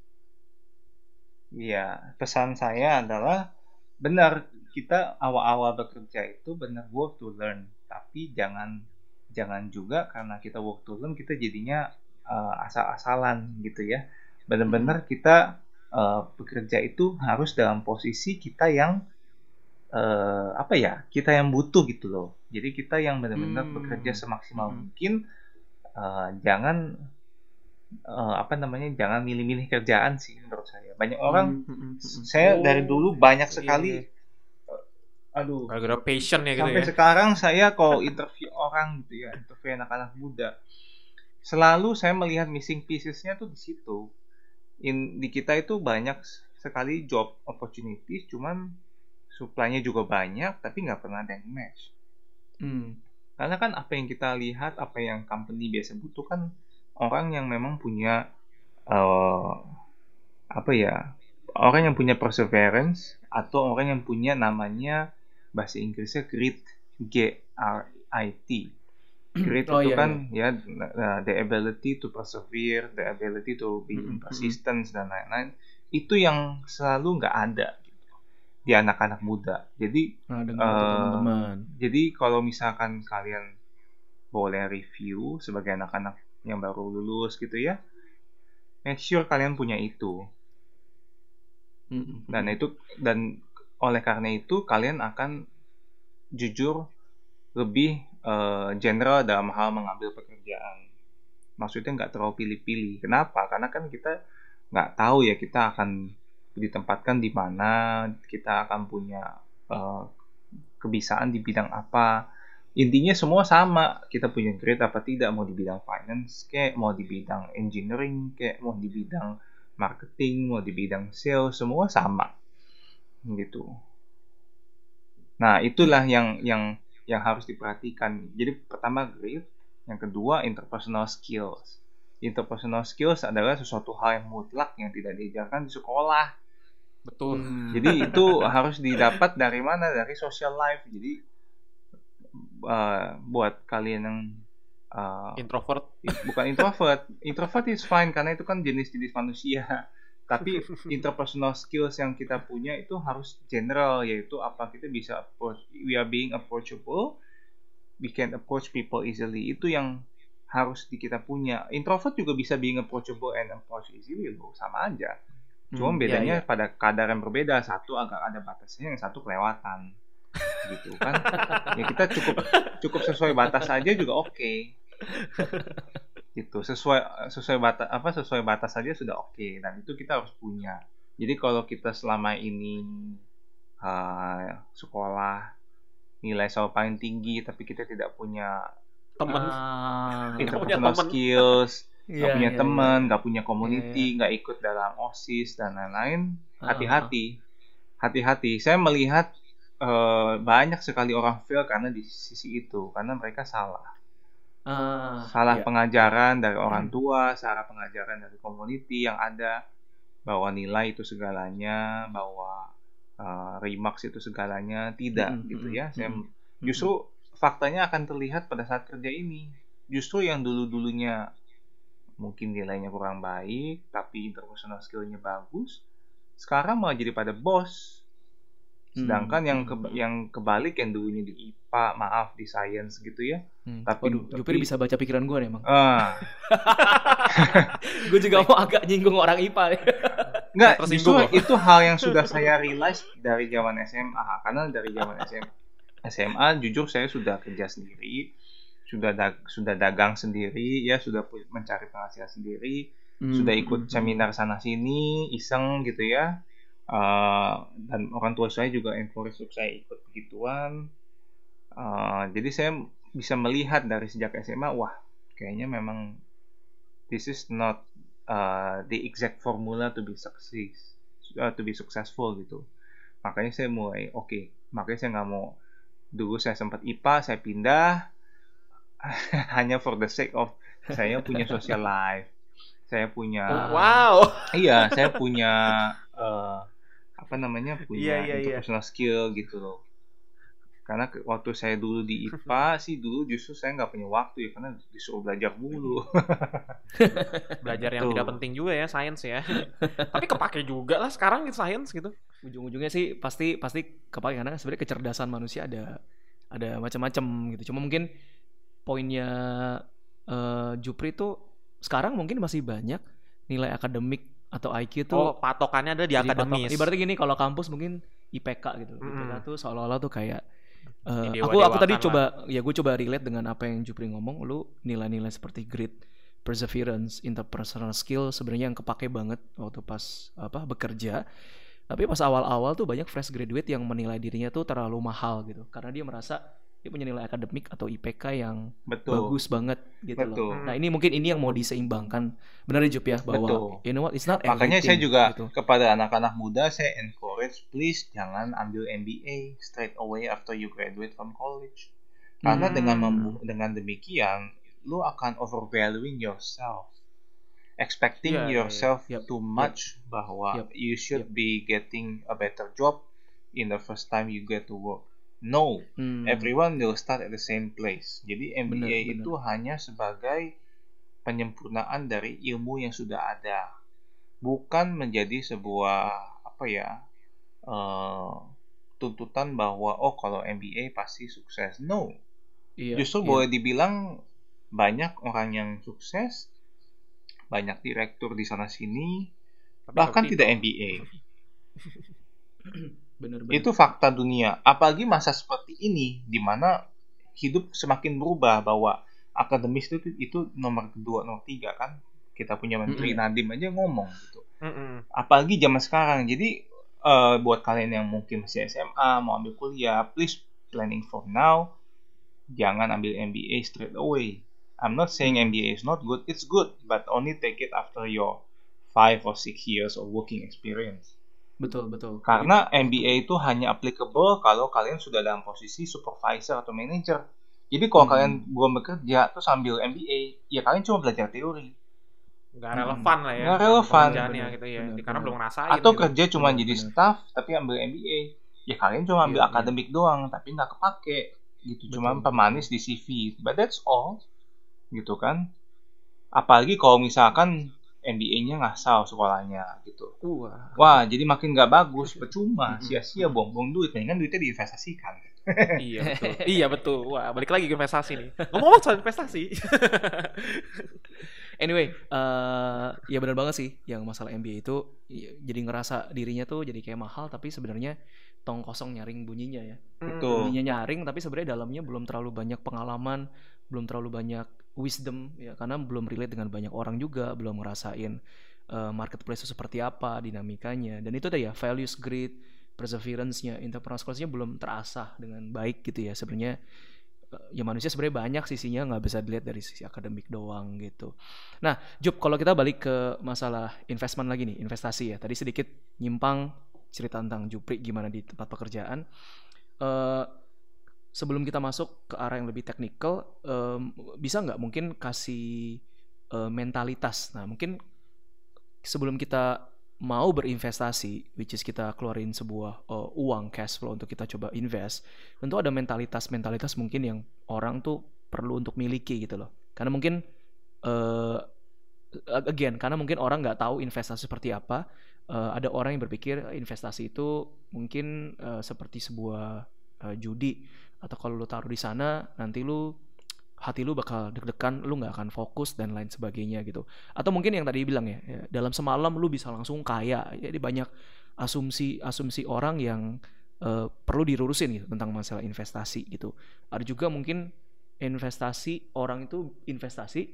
Speaker 3: Iya, pesan saya adalah benar kita awal-awal bekerja itu benar work to learn, tapi jangan jangan juga karena kita work to learn kita jadinya uh, asal-asalan gitu ya. Benar-benar kita uh, bekerja itu harus dalam posisi kita yang uh, apa ya? Kita yang butuh gitu loh. Jadi kita yang benar-benar
Speaker 1: Hmm.
Speaker 3: bekerja semaksimal
Speaker 1: Hmm.
Speaker 3: mungkin. Uh, jangan uh, apa namanya? Jangan milih-milih kerjaan sih menurut saya. Banyak orang
Speaker 1: Hmm, hmm, hmm.
Speaker 3: saya
Speaker 2: Oh,
Speaker 3: dari dulu banyak
Speaker 2: iya,
Speaker 3: sekali
Speaker 2: iya.
Speaker 3: aduh
Speaker 2: Gara-gara passion ya gitu
Speaker 3: sampai
Speaker 2: ya.
Speaker 3: sekarang saya kalau interview orang gitu ya, interview anak-anak muda, selalu saya melihat missing piecesnya tuh di situ. In, di kita itu banyak sekali job opportunities, cuman supply-nya juga banyak, tapi nggak pernah ada yang match.
Speaker 1: Hmm.
Speaker 3: Karena kan apa yang kita lihat, apa yang company biasa butuh kan orang yang memang punya eh, apa ya, orang yang punya perseverance atau orang yang punya namanya bahasa Inggrisnya grit, G R I T. Grit
Speaker 1: Oh,
Speaker 3: itu
Speaker 1: iya,
Speaker 3: kan ya uh, the ability to persevere, the ability to be
Speaker 1: Mm-mm,
Speaker 3: persistent dan lain-lain. Itu yang selalu nggak ada gitu di anak-anak muda. Jadi
Speaker 1: Nah, dengar tuh
Speaker 3: eh,
Speaker 1: teman-teman.
Speaker 3: jadi kalau misalkan kalian boleh review sebagai anak-anak yang baru lulus gitu ya, make sure kalian punya itu.
Speaker 1: Mm-mm.
Speaker 3: Dan itu dan oleh karena itu kalian akan jujur lebih eh, general dalam hal mengambil pekerjaan. Maksudnya nggak terlalu pilih-pilih. Kenapa? Karena kan kita nggak tahu ya kita akan ditempatkan di mana, kita akan punya eh, kebiasaan di bidang apa. Intinya semua sama. Kita punya grade apa tidak, mau di bidang finance kayak, mau di bidang engineering kayak, mau di bidang marketing, mau di bidang sales, semua sama gitu. Nah, itulah yang yang yang harus diperhatikan. Jadi pertama grade, yang kedua interpersonal skills. Interpersonal skills adalah sesuatu hal yang mutlak yang tidak diajarkan di sekolah.
Speaker 2: Betul.
Speaker 1: Hmm.
Speaker 3: Jadi itu harus didapat dari mana? Dari social life. Jadi uh, buat kalian yang uh,
Speaker 2: Introvert.
Speaker 3: bukan introvert, introvert is fine karena itu kan jenis-jenis manusia. Tapi interpersonal skills yang kita punya itu harus general, yaitu apa kita bisa approach, we are being approachable, we can approach people easily. Itu yang harus di kita punya. Introvert juga bisa being approachable and approach easily loh, sama aja. Cuma
Speaker 1: Hmm,
Speaker 3: bedanya
Speaker 1: ya, ya.
Speaker 3: pada kadar yang berbeda. Satu agak ada batasnya, yang satu kelewatan. Gitu kan. Ya kita cukup cukup sesuai batas aja juga oke. Okay. Gitu, sesuai sesuai batas apa sesuai batas saja sudah oke okay. Dan itu kita harus punya. Jadi kalau kita selama ini uh, sekolah nilai selalu paling tinggi tapi kita tidak punya
Speaker 2: Temen.
Speaker 1: Ah,
Speaker 2: Nggak punya
Speaker 3: interpersonal
Speaker 2: temen.
Speaker 3: skills, nggak
Speaker 1: iya,
Speaker 3: punya
Speaker 1: iya,
Speaker 3: teman,
Speaker 1: iya.
Speaker 3: nggak punya community, nggak ikut dalam OSIS dan lain-lain,
Speaker 1: Ah,
Speaker 3: hati-hati, hati-hati. Saya melihat uh, banyak sekali orang fail karena di sisi itu, karena mereka salah.
Speaker 1: ah,
Speaker 3: Salah
Speaker 1: iya.
Speaker 3: pengajaran dari orang tua, salah pengajaran dari community yang ada, bahwa nilai itu segalanya, bahwa uh, remarks itu segalanya, tidak
Speaker 1: Mm-mm,
Speaker 3: gitu
Speaker 1: mm-mm,
Speaker 3: ya. Saya
Speaker 1: mm-mm,
Speaker 3: justru faktanya akan terlihat pada saat kerja ini. Justru yang dulu-dulunya mungkin nilainya kurang baik, tapi interpersonal skill-nya bagus, sekarang malah jadi pada bos. Sedangkan
Speaker 1: Hmm,
Speaker 3: yang
Speaker 1: hmm,
Speaker 3: ke,
Speaker 1: hmm.
Speaker 3: yang kebalik yang dulunya di I P A, maaf di sains gitu ya.
Speaker 1: Hmm.
Speaker 3: Tapi
Speaker 1: Waduh, Jupir
Speaker 3: tapi
Speaker 1: bisa baca pikiran gue nih emang.
Speaker 3: ah,
Speaker 1: Gue juga mau agak nyinggung orang I P A nih.
Speaker 3: Enggak,
Speaker 2: Saya
Speaker 3: justru
Speaker 2: tersinggung loh.
Speaker 3: itu hal yang sudah saya realize dari zaman S M A. Karena dari zaman S M A, S M A jujur saya sudah kerja sendiri, sudah dag- sudah dagang sendiri, ya sudah pu- mencari penghasilan sendiri,
Speaker 1: Hmm,
Speaker 3: sudah
Speaker 1: hmm,
Speaker 3: ikut
Speaker 1: hmm.
Speaker 3: seminar sana sini, iseng gitu ya. Eh, dan orang tua saya juga encourage untuk saya ikut begituan. Eh, jadi saya bisa melihat dari sejak S M A, wah kayaknya memang this is not uh, the exact formula to be success, uh, to be successful gitu. Makanya saya mulai oke, okay, makanya saya nggak mau, dulu saya sempat I P A, saya pindah hanya for the sake of saya punya social life, saya punya
Speaker 1: Ah.
Speaker 2: Wow.
Speaker 3: iya saya punya uh, apa namanya punya
Speaker 2: Iya, iya, iya.
Speaker 3: interpersonal skill gitu loh. Karena ke- waktu saya dulu di I P A sih dulu justru saya nggak punya waktu ya, karena disuruh belajar mulu.
Speaker 2: Belajar yang
Speaker 3: Betul.
Speaker 2: tidak penting juga ya, sains ya. Tapi kepake juga lah sekarang gitu sains gitu.
Speaker 1: Ujung-ujungnya sih pasti pasti kepake, karena sebenarnya kecerdasan manusia ada ada macam-macam gitu. Cuma mungkin poinnya eh, Jupri tuh sekarang mungkin masih banyak nilai akademik atau I Q tuh
Speaker 2: Oh, patokannya ada di
Speaker 1: jadi
Speaker 2: akademis.
Speaker 1: patokan. Ibaratnya gini, kalau kampus mungkin I P K gitu. I P K
Speaker 2: Mm-mm.
Speaker 1: tuh seolah-olah tuh kayak eh,
Speaker 2: Ini
Speaker 1: aku aku tadi
Speaker 2: dewa-dewakan
Speaker 1: coba ya gue coba relate dengan apa yang Jupri ngomong. Lu nilai-nilai seperti grit, perseverance, interpersonal skill sebenarnya yang kepake banget waktu pas apa bekerja. Tapi pas awal-awal tuh banyak fresh graduate yang menilai dirinya tuh terlalu mahal gitu, karena dia merasa dia punya nilai akademik atau I P K yang
Speaker 3: Betul.
Speaker 1: bagus banget gitu
Speaker 3: Betul.
Speaker 1: loh. Nah ini mungkin ini yang mau diseimbangkan, benar ya Jup ya, bahwa
Speaker 3: Betul.
Speaker 1: you know what, it's not
Speaker 3: Makanya saya
Speaker 1: everything,
Speaker 3: juga
Speaker 1: gitu.
Speaker 3: kepada anak-anak muda saya encourage, please jangan ambil M B A straight away after you graduate from college. Karena
Speaker 2: Hmm.
Speaker 3: dengan membu- dengan demikian lu akan overvaluing yourself. Expecting
Speaker 2: Iya, iya, iya.
Speaker 3: yourself
Speaker 1: Yep,
Speaker 3: too much bahwa
Speaker 1: Yep,
Speaker 3: you should
Speaker 1: yep.
Speaker 3: be getting a better job in the first time you get to work. No,
Speaker 1: Hmm,
Speaker 3: everyone will start at the same place. Jadi M B A
Speaker 1: Bener, bener.
Speaker 3: itu hanya sebagai penyempurnaan dari ilmu yang sudah ada, bukan menjadi sebuah apa ya eh, tuntutan bahwa oh kalau M B A pasti sukses. No,
Speaker 1: iya,
Speaker 3: justru
Speaker 1: iya.
Speaker 3: boleh dibilang banyak orang yang sukses, banyak direktur di sana sini,
Speaker 2: Tapi
Speaker 3: bahkan
Speaker 2: ngerti
Speaker 3: tidak
Speaker 2: tuh.
Speaker 3: M B A.
Speaker 1: Bener-bener.
Speaker 3: Itu fakta dunia. Apalagi masa seperti ini, di mana hidup semakin berubah, bahwa akademis itu itu nomor kedua, nomor tiga kan. Kita punya Menteri
Speaker 1: Mm-mm.
Speaker 3: Nadiem aja ngomong gitu.
Speaker 2: Mm-mm.
Speaker 3: Apalagi zaman sekarang. Jadi eh, buat kalian yang mungkin masih S M A mau ambil kuliah, please planning for now. Jangan ambil M B A straight away. I'm not saying M B A is not good. It's good, but only take it after your five or six years of working experience.
Speaker 1: Betul, betul.
Speaker 3: Karena M B A itu hanya applicable kalau kalian sudah dalam posisi supervisor atau manager. Jadi kalau
Speaker 1: Hmm.
Speaker 3: kalian belum bekerja terus ambil M B A, ya kalian cuma belajar teori.
Speaker 2: Nggak
Speaker 1: Mm-mm.
Speaker 2: relevan lah ya.
Speaker 3: Nggak relevan.
Speaker 2: Pekerjaannya
Speaker 1: Bener,
Speaker 2: gitu ya.
Speaker 1: bener,
Speaker 2: Karena
Speaker 1: bener.
Speaker 2: belum ngerasain
Speaker 3: Atau
Speaker 2: gitu.
Speaker 3: kerja cuma
Speaker 1: Benar,
Speaker 3: jadi
Speaker 1: benar.
Speaker 3: staff tapi ambil M B A. Ya kalian cuma ambil
Speaker 1: Iya, iya.
Speaker 3: akademik doang tapi nggak kepake. Gitu,
Speaker 1: Betul,
Speaker 3: cuma
Speaker 1: betul.
Speaker 3: pemanis di C V. But that's all. Gitu kan. Apalagi kalau misalkan M B A-nya ngasal sekolahnya gitu.
Speaker 2: Wah.
Speaker 3: Wah, jadi makin nggak bagus, percuma,
Speaker 1: Mm-mm.
Speaker 3: sia-sia buang-buang duit. Mendingan duitnya diinvestasikan.
Speaker 2: Iya betul. Iya betul. Wah, balik lagi ke investasi nih. Ngomong-ngomong soal investasi.
Speaker 1: Anyway, eh ya benar banget sih yang masalah M B A itu, ya, jadi ngerasa dirinya tuh jadi kayak mahal, tapi sebenarnya tong kosong nyaring bunyinya ya.
Speaker 3: Betul.
Speaker 1: Bunyinya nyaring, tapi sebenarnya dalamnya belum terlalu banyak pengalaman, belum terlalu banyak wisdom ya, karena belum relate dengan banyak orang juga, belum ngerasain eh, marketplace itu seperti apa dinamikanya, dan itu tadi ya values, grit, perseverance-nya, interpersonal skills-nya belum terasah dengan baik gitu ya. Sebenarnya eh, ya manusia sebenarnya banyak sisinya, nggak bisa dilihat dari sisi akademik doang gitu. Nah, Jup, kalau kita balik ke masalah investment lagi nih, investasi ya. Tadi sedikit nyimpang cerita tentang Jupri gimana di tempat pekerjaan. Eh, sebelum kita masuk ke arah yang lebih teknikal, em, bisa nggak mungkin kasih eh, mentalitas? Nah, mungkin sebelum kita mau berinvestasi, which is kita keluarin sebuah eh, uang cash flow untuk kita coba invest, tentu ada mentalitas-mentalitas mungkin yang orang tuh perlu untuk miliki gitu loh. Karena mungkin eh, again, karena mungkin orang nggak tahu investasi seperti apa. Eh, ada orang yang berpikir investasi itu mungkin eh, seperti sebuah eh, judi, atau kalau lu taruh di sana nanti lu hati lu bakal deg-degan, lu nggak akan fokus dan lain sebagainya gitu. Atau mungkin yang tadi bilang ya, ya dalam semalam lu bisa langsung kaya. Jadi banyak asumsi-asumsi orang yang uh, perlu dilurusin gitu tentang masalah investasi gitu. Ada juga mungkin investasi, orang itu investasi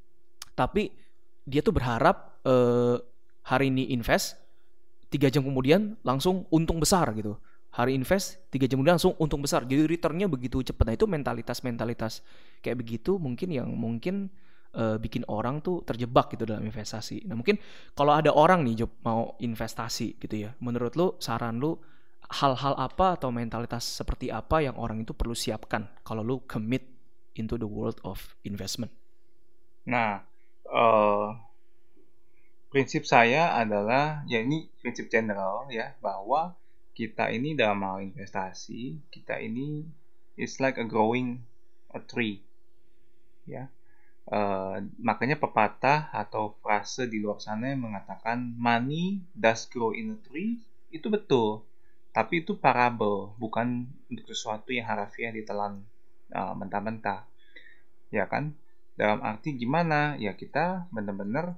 Speaker 1: tapi dia tuh berharap uh, hari ini invest, tiga jam kemudian langsung untung besar gitu. Hari invest, tiga jam kemudian langsung untung besar. Jadi returnnya begitu cepat. Nah itu mentalitas-mentalitas kayak begitu mungkin yang mungkin uh, bikin orang tuh terjebak gitu dalam investasi. Nah mungkin kalau ada orang nih Job mau investasi gitu ya, menurut lu, saran lu, hal-hal apa atau mentalitas seperti apa yang orang itu perlu siapkan kalau lu commit into the world of investment?
Speaker 3: Nah, uh, prinsip saya adalah, ya ini prinsip general ya, bahwa kita ini dalam hal investasi, kita ini is like a growing a tree, ya. Uh, makanya pepatah atau frase di luar sana yang mengatakan money does grow in a tree, itu betul. Tapi itu parabel, bukan untuk sesuatu yang harfiah ditelan uh, mentah-mentah, ya kan? Dalam arti gimana? Ya kita benar-benar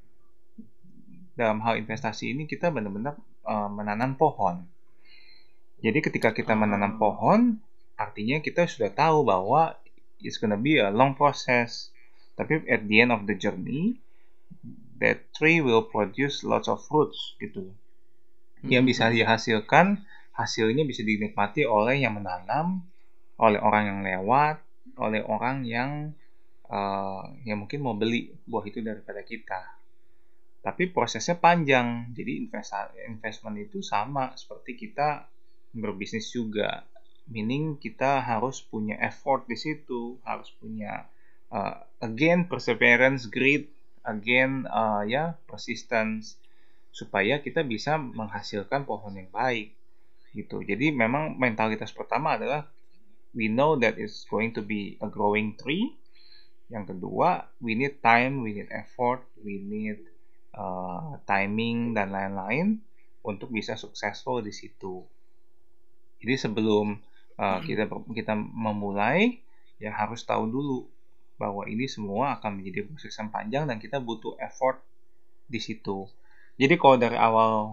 Speaker 3: dalam hal investasi ini kita benar-benar uh, menanam pohon. Jadi ketika kita menanam pohon, artinya kita sudah tahu bahwa it's gonna be a long process. Tapi at the end of the journey, that tree will produce lots of fruits gitu. Yang bisa dihasilkan, hasilnya bisa dinikmati oleh yang menanam, oleh orang yang lewat, oleh orang yang uh, yang mungkin mau beli buah itu daripada kita. Tapi prosesnya panjang. Jadi investment itu sama seperti kita berbisnis juga, meaning kita harus punya effort di situ, harus punya uh, again perseverance, grit, again uh, ya persistence, supaya kita bisa menghasilkan pohon yang baik gitu. Jadi memang mentalitas pertama adalah we know that it's going to be a growing tree. Yang kedua, we need time, we need effort, we need uh, timing dan lain-lain untuk bisa successful di situ. Jadi sebelum uh, kita kita memulai, ya harus tahu dulu bahwa ini semua akan menjadi proses yang panjang dan kita butuh effort di situ. Jadi kalau dari awal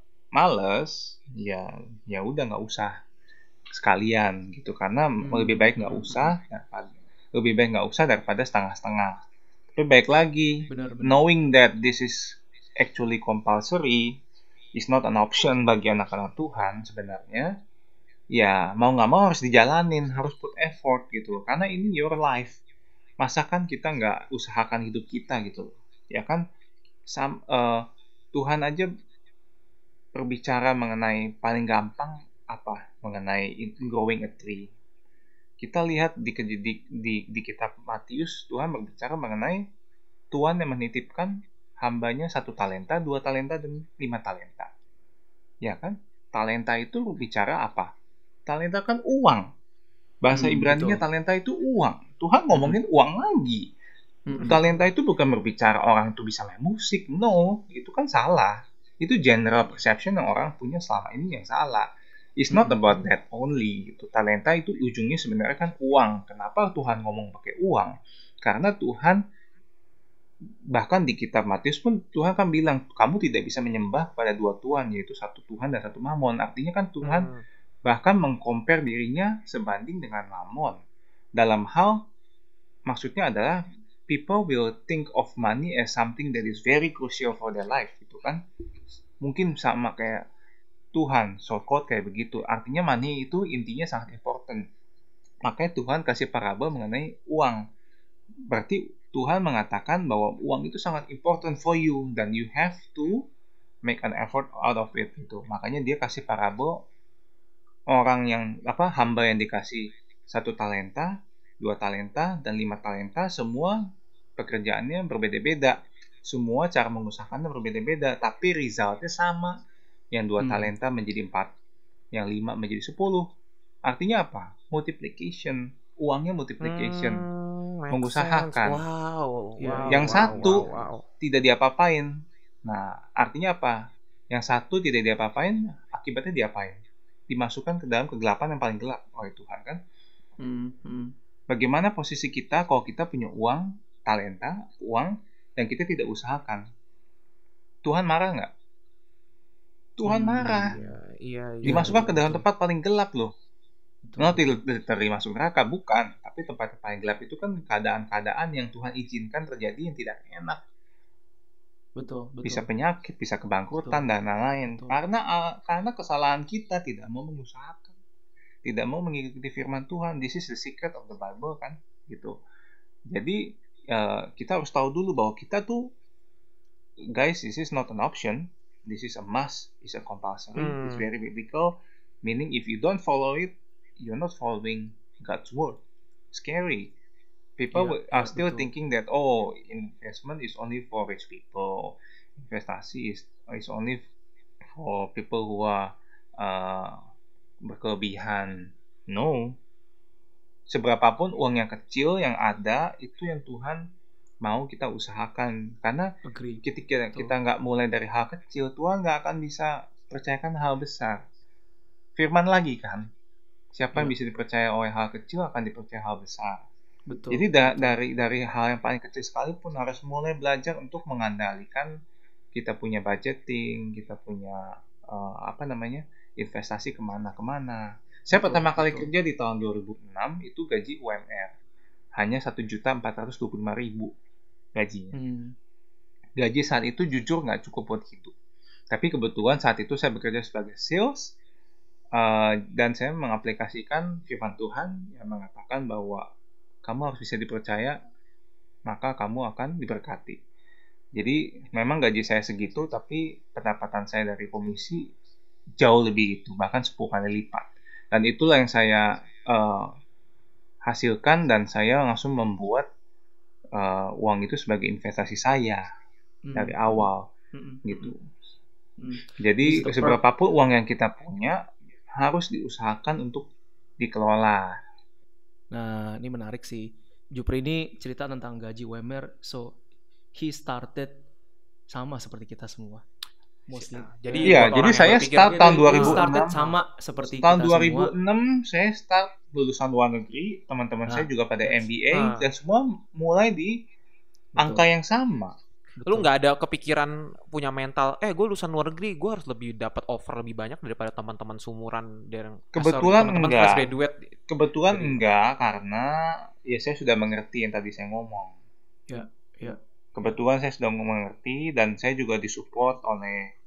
Speaker 3: males, ya ya udah nggak usah sekalian gitu, karena hmm. lebih baik nggak usah daripada lebih baik nggak usah daripada setengah-setengah. Tapi baik lagi, benar, benar. Knowing that this is actually compulsory, is not an option bagi anak-anak Tuhan sebenarnya. Ya mau nggak mau harus dijalanin, harus put effort gitu, karena ini your life. Masa kan kita nggak usahakan hidup kita gitu, ya kan? Sam, uh, Tuhan aja berbicara mengenai paling gampang apa? Mengenai growing a tree. Kita lihat di di, di, di kitab Matius, Tuhan berbicara mengenai Tuhan yang menitipkan hambanya satu talenta, dua talenta, dan lima talenta. Ya kan? Talenta itu bicara apa? Talenta kan uang. Bahasa hmm, Ibrani-nya talenta itu uang. Tuhan ngomongin hmm. uang lagi. Hmm. Talenta itu bukan berbicara orang itu bisa main musik. No, itu kan salah. Itu general perception yang orang punya selama ini yang salah. It's not hmm. about that only. Gitu. Talenta itu ujungnya sebenarnya kan uang. Kenapa Tuhan ngomong pakai uang? Karena Tuhan, bahkan di kitab Matius pun Tuhan kan bilang, kamu tidak bisa menyembah pada dua Tuhan, yaitu satu Tuhan dan satu Mamon. Artinya kan Tuhan hmm. bahkan mengcompare dirinya sebanding dengan Mamon. Dalam hal, maksudnya adalah people will think of money as something that is very crucial for their life, gitu kan? Mungkin sama kayak Tuhan, so-called kayak begitu. Artinya money itu intinya sangat important. Makanya Tuhan kasih parabel mengenai uang. Berarti Tuhan mengatakan bahwa uang itu sangat important for you, dan you have to make an effort out of it, gitu. Makanya dia kasih parabel orang yang apa hamba yang dikasih satu talenta, dua talenta, dan lima talenta, semua pekerjaannya berbeda-beda, semua cara mengusahakannya berbeda-beda, tapi resultnya sama. Yang dua hmm. talenta menjadi empat, yang lima menjadi sepuluh. Artinya apa? Multiplication, uangnya multiplication, hmm, mengusahakan.
Speaker 2: Wow, wow,
Speaker 3: yang
Speaker 2: wow,
Speaker 3: satu
Speaker 2: wow, wow.
Speaker 3: tidak diapa-apain. Nah, artinya apa? Yang satu tidak diapa-apain, akibatnya diapain? Dimasukkan ke dalam kegelapan yang paling gelap oleh Tuhan kan.
Speaker 1: Hmm, hmm.
Speaker 3: Bagaimana posisi kita kalau kita punya uang, talenta, uang, dan kita tidak usahakan? Tuhan marah nggak? Tuhan
Speaker 1: Hmm,
Speaker 3: marah.
Speaker 2: Iya, iya, iya.
Speaker 3: Dimasukkan
Speaker 1: iya,
Speaker 3: ke dalam
Speaker 1: betul.
Speaker 3: tempat paling gelap loh.
Speaker 1: Betul,
Speaker 3: Not
Speaker 1: betul.
Speaker 3: literally masuk neraka, bukan. Tapi tempat yang paling gelap itu kan keadaan-keadaan yang Tuhan izinkan terjadi yang tidak enak.
Speaker 1: Betul, betul.
Speaker 3: Bisa penyakit, bisa kebangkrutan,
Speaker 1: Betul.
Speaker 3: dan lain-lain.
Speaker 1: Betul.
Speaker 3: Karena uh, karena kesalahan kita tidak mau mengusahakan, tidak mau mengikuti firman Tuhan. This is the secret of the Bible kan, gitu. Jadi uh, kita harus tahu dulu bahwa kita tuh, guys, this is not an option. This is a must. It's a compulsory.
Speaker 2: Hmm.
Speaker 3: It's very biblical. Meaning if you don't follow it, you're not following God's word. Scary. People
Speaker 1: Iya,
Speaker 3: will-
Speaker 1: iya,
Speaker 3: are still
Speaker 1: betul.
Speaker 3: thinking that, oh, investment is only for rich people. Investasi is is only for people who are uh, berkelebihan. No. Seberapapun uang yang kecil yang ada, itu yang Tuhan mau kita usahakan. Karena
Speaker 1: Agree.
Speaker 3: ketika
Speaker 1: Betul.
Speaker 3: kita nggak mulai dari hal kecil, Tuhan nggak akan bisa percayakan hal besar. Firman lagi kan, siapa yang
Speaker 1: Iya.
Speaker 3: bisa dipercaya oleh hal kecil akan dipercaya hal besar.
Speaker 1: Betul.
Speaker 3: Jadi da-
Speaker 1: betul.
Speaker 3: dari dari hal yang paling kecil sekalipun harus mulai belajar untuk mengandalkan kita punya budgeting, kita punya uh, apa namanya investasi kemana-kemana. Saya
Speaker 1: Betul,
Speaker 3: pertama kali
Speaker 1: betul.
Speaker 3: kerja di tahun dua ribu enam itu gaji U M R hanya satu juta empat ratus dua puluh lima ribu gajinya.
Speaker 1: Hmm.
Speaker 3: Gaji saat itu jujur nggak cukup buat hidup. Tapi kebetulan saat itu saya bekerja sebagai sales uh, dan saya mengaplikasikan firman Tuhan yang mengatakan bahwa kamu harus bisa dipercaya, maka kamu akan diberkati. Jadi memang gaji saya segitu, tapi pendapatan saya dari komisi jauh lebih itu, bahkan sepuluh kali lipat. Dan itulah yang saya uh, hasilkan dan saya langsung membuat uh, uang itu sebagai investasi saya
Speaker 1: Hmm.
Speaker 3: dari awal
Speaker 1: Hmm.
Speaker 3: gitu.
Speaker 1: Hmm.
Speaker 3: Jadi
Speaker 1: This is the
Speaker 3: seberapapun uang yang kita punya harus diusahakan untuk dikelola.
Speaker 1: Nah, ini menarik sih. Jupri ini cerita tentang gaji U M R. So, he started sama seperti kita semua. Mostly.
Speaker 2: Nah, jadi
Speaker 3: Iya,
Speaker 2: buat
Speaker 3: jadi
Speaker 2: orang yang
Speaker 3: saya
Speaker 2: berpikir,
Speaker 3: start tahun
Speaker 1: He
Speaker 3: dua ribu enam.
Speaker 1: started sama seperti
Speaker 3: Tahun
Speaker 1: kita
Speaker 3: dua ribu
Speaker 1: semua.
Speaker 3: enam saya start lulusan luar negeri, teman-teman
Speaker 1: Ah,
Speaker 3: saya juga pada
Speaker 1: yes.
Speaker 3: M B A
Speaker 2: Ah.
Speaker 3: dan semua mulai di
Speaker 1: Betul.
Speaker 3: angka yang sama.
Speaker 1: Betul.
Speaker 2: lu nggak ada kepikiran punya mental, eh gue lulusan luar negeri, gue harus lebih dapat offer lebih banyak daripada teman-teman sumuran dari
Speaker 3: Kebetulan
Speaker 2: teman-teman
Speaker 3: enggak.
Speaker 2: fresh graduate.
Speaker 3: Kebetulan
Speaker 2: Jadi-
Speaker 3: enggak, karena ya saya sudah mengerti yang tadi saya ngomong.
Speaker 1: Ya, ya.
Speaker 3: Kebetulan saya sudah mengerti dan saya juga disupport oleh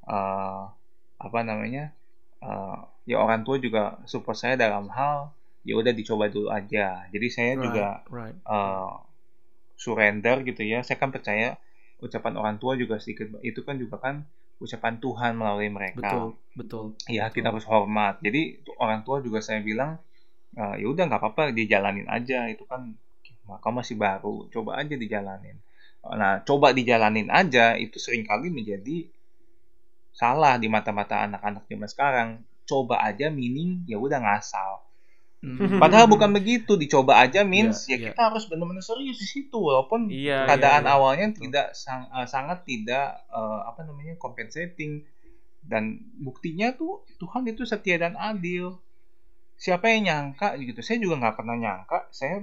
Speaker 3: uh, apa namanya uh, ya orang tua juga support saya dalam hal ya udah dicoba dulu aja. Jadi saya
Speaker 1: Right,
Speaker 3: juga
Speaker 1: right.
Speaker 3: uh, surrender gitu ya. Saya kan percaya ucapan orang tua juga sedikit itu kan juga kan ucapan Tuhan melalui mereka.
Speaker 1: Betul, betul.
Speaker 3: Ya
Speaker 1: betul.
Speaker 3: kita harus hormat. Jadi orang tua juga saya bilang uh, ya udah nggak apa-apa dijalanin aja, itu kan kamu masih baru, coba aja dijalanin. Nah coba dijalanin aja itu seringkali menjadi salah di mata-mata anak-anak zaman sekarang. Coba aja meaning ya udah ngasal.
Speaker 1: Hmm.
Speaker 3: Padahal bukan begitu, dicoba aja means
Speaker 1: Iya,
Speaker 3: ya
Speaker 1: iya.
Speaker 3: kita harus benar-benar serius di situ walaupun
Speaker 2: Iya,
Speaker 3: keadaan
Speaker 2: iya, iya.
Speaker 3: awalnya
Speaker 1: Betul.
Speaker 3: tidak sang- uh, sangat tidak uh, apa namanya compensating, dan buktinya tuh Tuhan itu setia dan adil. Siapa yang nyangka gitu? Saya juga nggak pernah nyangka. Saya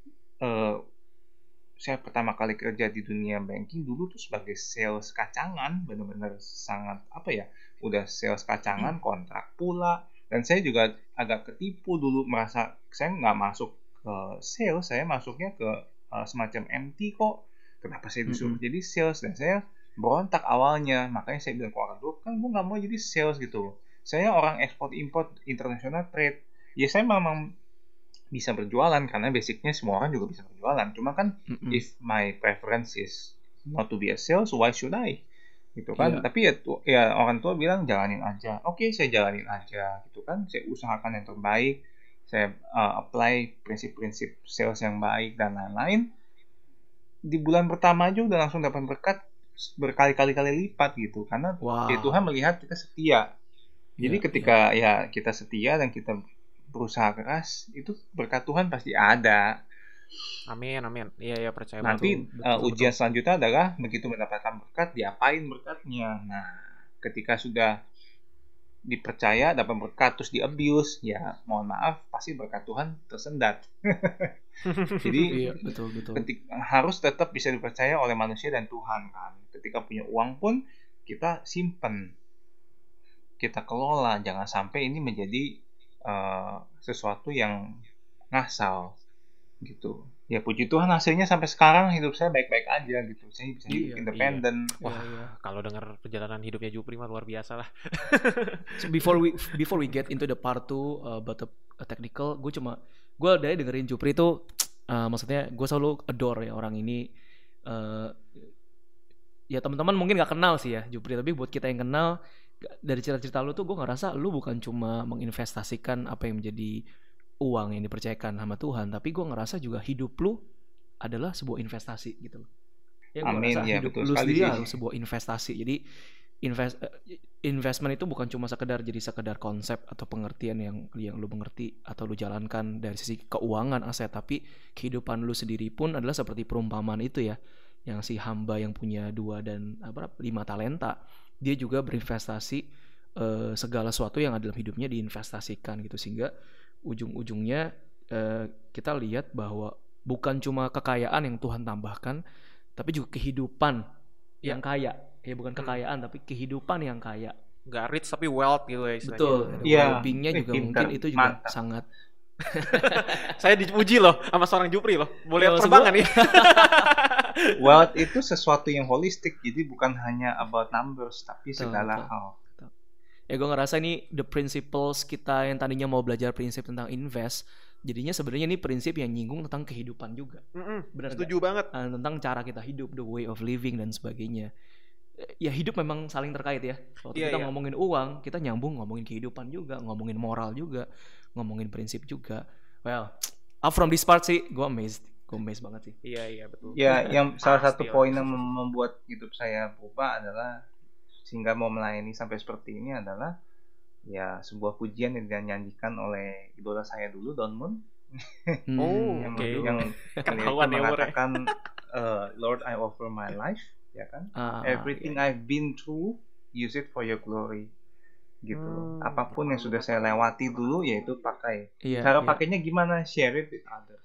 Speaker 3: uh, saya pertama kali kerja di dunia banking dulu tuh sebagai sales kacangan, benar-benar sangat apa ya? Udah sales kacangan, kontrak pula. Dan saya juga agak ketipu dulu, merasa saya nggak masuk ke sales, saya masuknya ke uh, semacam M T kok. Kenapa saya disuruh
Speaker 1: Mm-mm.
Speaker 3: jadi sales? Dan saya berontak awalnya, makanya saya bilang ke orang tua, kan gue nggak mau jadi sales gitu. Saya orang ekspor import international trade. Ya saya memang bisa berjualan karena basicnya semua orang juga bisa berjualan. Cuma kan
Speaker 1: Mm-mm.
Speaker 3: if my preference is not to be a sales, why should I? Gitu kan.
Speaker 1: Iya.
Speaker 3: Tapi ya, tu- ya orang tua bilang jalanin aja. Oke, saya jalanin aja gitu kan. Saya usahakan yang terbaik. Saya uh, apply prinsip-prinsip sales yang baik dan lain-lain. Di bulan pertama aja udah langsung dapat berkat berkali-kali kali lipat gitu. Karena
Speaker 1: Wow.
Speaker 3: ya Tuhan melihat kita setia. Jadi
Speaker 1: Iya,
Speaker 3: ketika ya kita setia dan kita berusaha keras, itu berkat Tuhan pasti ada.
Speaker 2: Amin, amin. Iya, iya, percaya
Speaker 3: Nanti
Speaker 1: betul,
Speaker 3: uh,
Speaker 1: betul,
Speaker 3: ujian selanjutnya adalah begitu mendapatkan berkat, diapain berkatnya. Nah, ketika sudah dipercaya dapat berkat terus di abuse, ya mohon maaf pasti berkat Tuhan tersendat. Jadi
Speaker 1: Iya, betul betul.
Speaker 3: ketik, harus tetap bisa dipercaya oleh manusia dan Tuhan kan. Ketika punya uang pun kita simpen, kita kelola, jangan sampai ini menjadi uh, sesuatu yang ngasal gitu. Ya puji Tuhan hasilnya sampai sekarang hidup saya baik-baik aja gitu. Saya bisa hidup
Speaker 1: Iya,
Speaker 3: independen.
Speaker 2: Wah,
Speaker 1: Iya, iya.
Speaker 2: kalau dengar perjalanan hidupnya Jupri mah luar biasa lah.
Speaker 1: So before we before we get into the part two uh, about the uh, technical, gue cuma gue dari dengerin Jupri itu uh, maksudnya gue selalu adore ya orang ini. Uh, ya teman-teman mungkin nggak kenal sih ya Jupri, tapi buat kita yang kenal dari cerita-cerita lu tuh gue ngerasa lu bukan cuma menginvestasikan apa yang menjadi uang yang dipercayakan sama Tuhan, tapi gue ngerasa juga hidup lu adalah sebuah investasi gitu loh. Ya gue
Speaker 3: Amin,
Speaker 1: ngerasa
Speaker 3: ya,
Speaker 1: hidup
Speaker 3: betul
Speaker 1: lu
Speaker 3: sekali
Speaker 1: sendiri
Speaker 3: sih.
Speaker 1: harus sebuah investasi. Jadi invest eh, investment itu bukan cuma sekedar jadi sekedar konsep atau pengertian yang yang lu mengerti atau lu jalankan dari sisi keuangan aset, tapi kehidupan lu sendiri pun adalah seperti perumpamaan itu ya, yang si hamba yang punya dua dan apa lima talenta, dia juga berinvestasi eh, segala sesuatu yang ada dalam hidupnya diinvestasikan gitu, sehingga ujung-ujungnya eh, kita lihat bahwa bukan cuma kekayaan yang Tuhan tambahkan, tapi juga kehidupan
Speaker 2: Ya.
Speaker 1: yang kaya. Ya bukan kekayaan, tapi kehidupan yang kaya.
Speaker 2: Nggak rich tapi wealth gitu ya istilahnya.
Speaker 1: Betul.
Speaker 3: Iya.
Speaker 1: Well-being-nya
Speaker 3: Eh,
Speaker 1: juga
Speaker 3: pintar.
Speaker 1: mungkin itu juga
Speaker 3: Mantap.
Speaker 1: sangat.
Speaker 2: Saya dipuji loh sama seorang Jupri loh. Boleh
Speaker 1: Ya, maksud
Speaker 2: terbang
Speaker 1: gua-
Speaker 2: nggak nih?
Speaker 3: Wealth itu sesuatu yang holistik, jadi bukan hanya about numbers, tapi
Speaker 1: Betul,
Speaker 3: segala
Speaker 1: betul.
Speaker 3: hal.
Speaker 1: Ya gue ngerasa ini the principles kita yang tadinya mau belajar prinsip tentang invest, jadinya sebenarnya ini prinsip yang nyinggung tentang kehidupan juga.
Speaker 2: Mm-mm,
Speaker 1: Benar
Speaker 2: setuju banget.
Speaker 1: Uh, tentang cara kita hidup, the way of living dan sebagainya. Ya hidup memang saling terkait ya. Waktu
Speaker 2: Iya,
Speaker 1: kita
Speaker 2: iya.
Speaker 1: ngomongin uang, kita nyambung ngomongin kehidupan juga, ngomongin moral juga, ngomongin prinsip juga. Well, up from this part sih, gue amazed, gue amazed banget sih.
Speaker 2: Iya iya betul.
Speaker 3: Ya, yang salah
Speaker 2: Pasti
Speaker 3: satu
Speaker 2: lah.
Speaker 3: poin yang mem- membuat hidup saya berubah adalah sehingga mau melayani sampai seperti ini adalah ya sebuah pujian yang dinyanyikan oleh idola saya dulu, Don Moon.
Speaker 1: Hmm,
Speaker 2: Oh,
Speaker 3: yang
Speaker 2: oke.
Speaker 3: yang
Speaker 2: Ketahuan
Speaker 3: yang
Speaker 2: ya, Mur, ya.
Speaker 3: mengatakan uh, Lord, I offer my life, ya kan?
Speaker 1: ah,
Speaker 3: Everything I've been through, use it for your glory. Gitu.
Speaker 2: Hmm.
Speaker 3: Apapun yang sudah saya lewati dulu, yaitu pakai.
Speaker 1: Iya,
Speaker 3: Cara
Speaker 1: iya.
Speaker 3: pakainya gimana? Share it with others.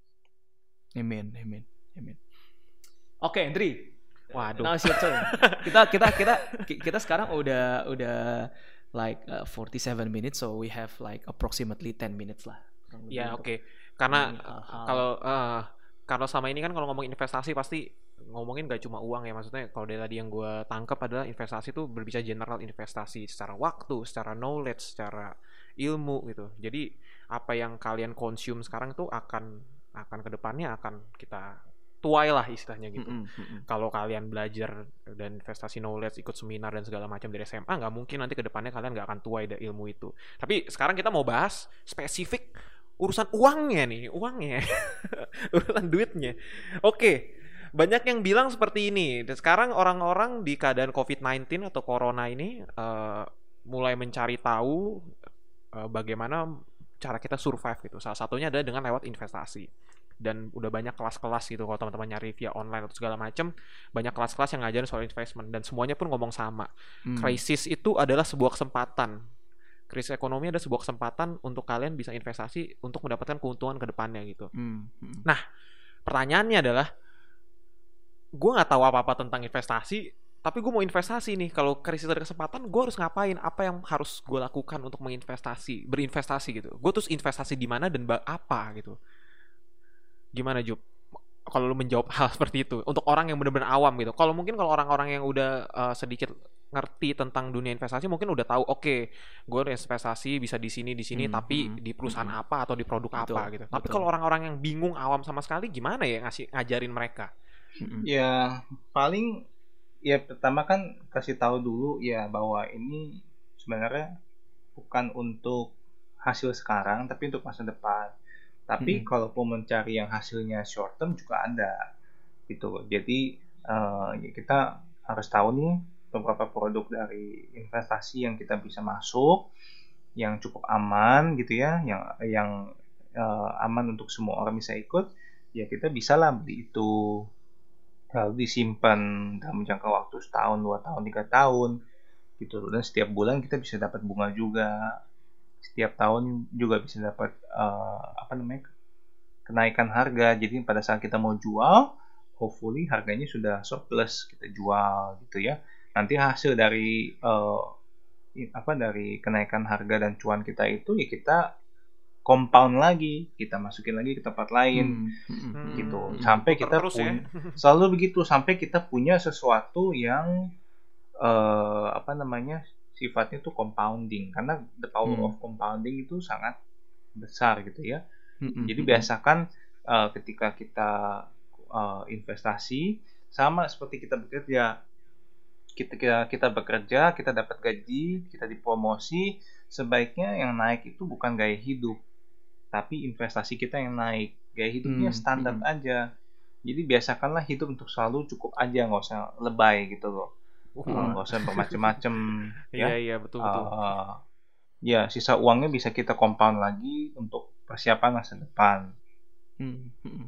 Speaker 1: Amen, amen, amen. Oke, Andri.
Speaker 2: Waduh.
Speaker 1: Now it's your turn. kita kita kita kita sekarang udah udah like uh, forty-seven minutes, so we have like approximately ten minutes lah. kurang lebih
Speaker 2: Ya
Speaker 1: untuk
Speaker 2: oke. Karena
Speaker 1: ngomongin hal-hal.
Speaker 2: kalau eh, kalau sama ini kan kalau ngomong investasi pasti ngomongin gak cuma uang ya, maksudnya kalau dari tadi yang gue tangkap adalah investasi itu berbicara general investasi secara waktu, secara knowledge, secara ilmu gitu. Jadi apa yang kalian consume sekarang tuh akan akan kedepannya akan kita tuai lah istilahnya gitu.
Speaker 1: Mm-mm, mm-mm.
Speaker 2: Kalau kalian belajar dan investasi knowledge, ikut seminar dan segala macam dari S M A, nggak mungkin nanti kedepannya kalian nggak akan tuai dari ilmu itu. Tapi sekarang kita mau bahas spesifik urusan uangnya nih, uangnya, urusan duitnya. Oke, banyak yang bilang seperti ini. Dan sekarang orang-orang di keadaan covid sembilan belas atau corona ini uh, mulai mencari tahu uh, bagaimana cara kita survive gitu. Salah satunya adalah dengan lewat investasi. Dan udah banyak kelas-kelas gitu kalau teman-teman nyari via online atau segala macam, banyak kelas-kelas yang ngajarin soal investment dan semuanya pun ngomong sama.
Speaker 1: Hmm.
Speaker 2: Krisis itu adalah sebuah kesempatan. Krisis ekonomi adalah sebuah kesempatan untuk kalian bisa investasi untuk mendapatkan keuntungan ke depannya gitu.
Speaker 1: Hmm, hmm.
Speaker 2: Nah, pertanyaannya adalah, gue nggak tahu apa-apa tentang investasi, tapi gue mau investasi nih. Kalau krisis ada kesempatan, gue harus ngapain? Apa yang harus gue lakukan untuk menginvestasi, berinvestasi gitu? Gue terus investasi di mana dan ba- apa gitu? Gimana Jup? Kalau lu menjawab hal seperti itu untuk orang yang benar-benar awam gitu. Kalau mungkin kalau orang-orang yang udah uh, sedikit ngerti tentang dunia investasi mungkin udah tahu, oke, okay, gue investasi bisa di sini di sini,
Speaker 1: Hmm,
Speaker 2: tapi
Speaker 1: hmm,
Speaker 2: di perusahaan
Speaker 1: hmm.
Speaker 2: apa atau di produk
Speaker 1: Betul,
Speaker 2: apa gitu. Tapi
Speaker 1: betul.
Speaker 2: kalau orang-orang yang bingung awam sama sekali, gimana ya ngasih ngajarin mereka?
Speaker 1: Mm-mm.
Speaker 3: Ya paling ya pertama kan kasih tahu dulu ya bahwa ini sebenarnya bukan untuk hasil sekarang tapi untuk masa depan. Tapi
Speaker 1: Mm-mm.
Speaker 3: kalaupun mencari yang hasilnya short term juga ada gitu. Jadi eh, ya kita harus tahu nih beberapa produk dari investasi yang kita bisa masuk, yang cukup aman gitu ya, yang yang eh, aman untuk semua orang bisa ikut. Ya kita bisa lah beli itu, lalu disimpan dalam jangka waktu setahun, dua tahun, tiga tahun gitu. Dan setiap bulan kita bisa dapat bunga juga, setiap tahun juga bisa dapat uh, apa namanya kenaikan harga. Jadi pada saat kita mau jual, hopefully harganya sudah surplus, kita jual gitu ya. Nanti hasil dari uh, apa dari kenaikan harga dan cuan kita itu ya kita compound lagi, kita masukin lagi ke tempat lain, hmm. gitu. Sampai kita punya, ya? Selalu begitu, sampai kita punya sesuatu yang uh, apa namanya sifatnya tuh compounding, karena the power hmm. of compounding itu sangat besar gitu ya. Hmm. Jadi biasakan uh, ketika kita uh, investasi sama seperti kita bekerja, kita kita, kita bekerja, kita dapat gaji, kita dipromosi, sebaiknya yang naik itu bukan gaya hidup, tapi investasi kita yang naik. Gaya hidupnya hmm, standar hmm. aja. Jadi biasakanlah hidup untuk selalu cukup aja, nggak usah lebay gitu loh. Nggak uh, usah bermacam-macam.
Speaker 2: ya. Iya iya betul betul.
Speaker 3: Uh, ya sisa uangnya bisa kita compound lagi untuk persiapan masa depan.
Speaker 1: Hmm, hmm.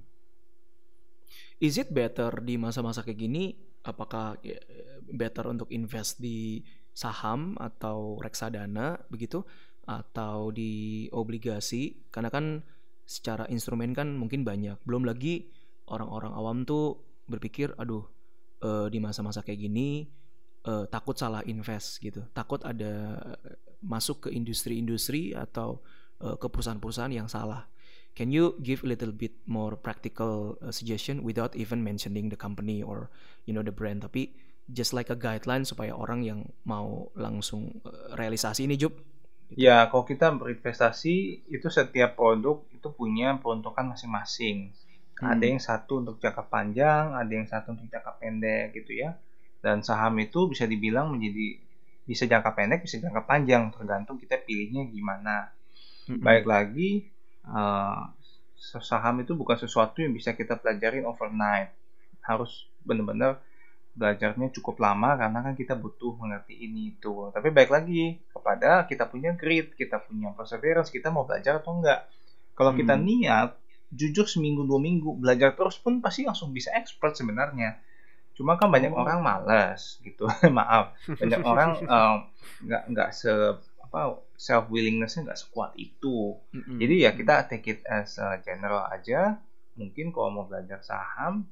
Speaker 1: Is it better di masa-masa kayak gini? Apakah better untuk invest di saham atau reksadana begitu? Atau di obligasi, karena kan secara instrumen kan mungkin banyak. Belum lagi orang-orang awam tuh berpikir, aduh uh, di masa-masa kayak gini uh, takut salah invest gitu, takut ada masuk ke industri-industri atau uh, ke perusahaan-perusahaan yang salah. Can you give a little bit more practical uh, suggestion without even mentioning the company or you know the brand, tapi just like a guideline supaya orang yang mau langsung uh, realisasi ini, Jup?
Speaker 3: Ya, kalau kita berinvestasi itu setiap produk itu punya peruntukan masing-masing. Hmm. Ada yang satu untuk jangka panjang, ada yang satu untuk jangka pendek gitu ya. Dan saham itu bisa dibilang menjadi bisa jangka pendek, bisa jangka panjang, tergantung kita pilihnya gimana. Hmm. Baik lagi, uh, saham itu bukan sesuatu yang bisa kita pelajarin overnight. Harus benar-benar belajarnya cukup lama karena kan kita butuh mengerti ini itu. Tapi baik lagi kepada kita punya grit, kita punya perseverance, kita mau belajar atau enggak. Kalau hmm. kita niat, jujur seminggu dua minggu belajar terus pun pasti langsung bisa expert sebenarnya. Cuma kan banyak oh. orang malas gitu. Maaf, banyak orang um, nggak nggak se apa self willingnessnya nggak sekuat itu. Mm-hmm. Jadi ya kita take it as a general aja. Mungkin kalau mau belajar saham,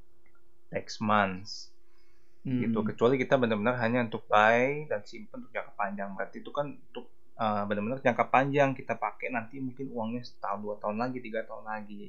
Speaker 3: next months. Hmm. gitu, kecuali kita benar-benar hanya untuk buy dan simpan untuk jangka panjang. Berarti itu kan untuk uh, benar-benar jangka panjang kita pakai, nanti mungkin uangnya setahun, dua tahun lagi, tiga tahun lagi.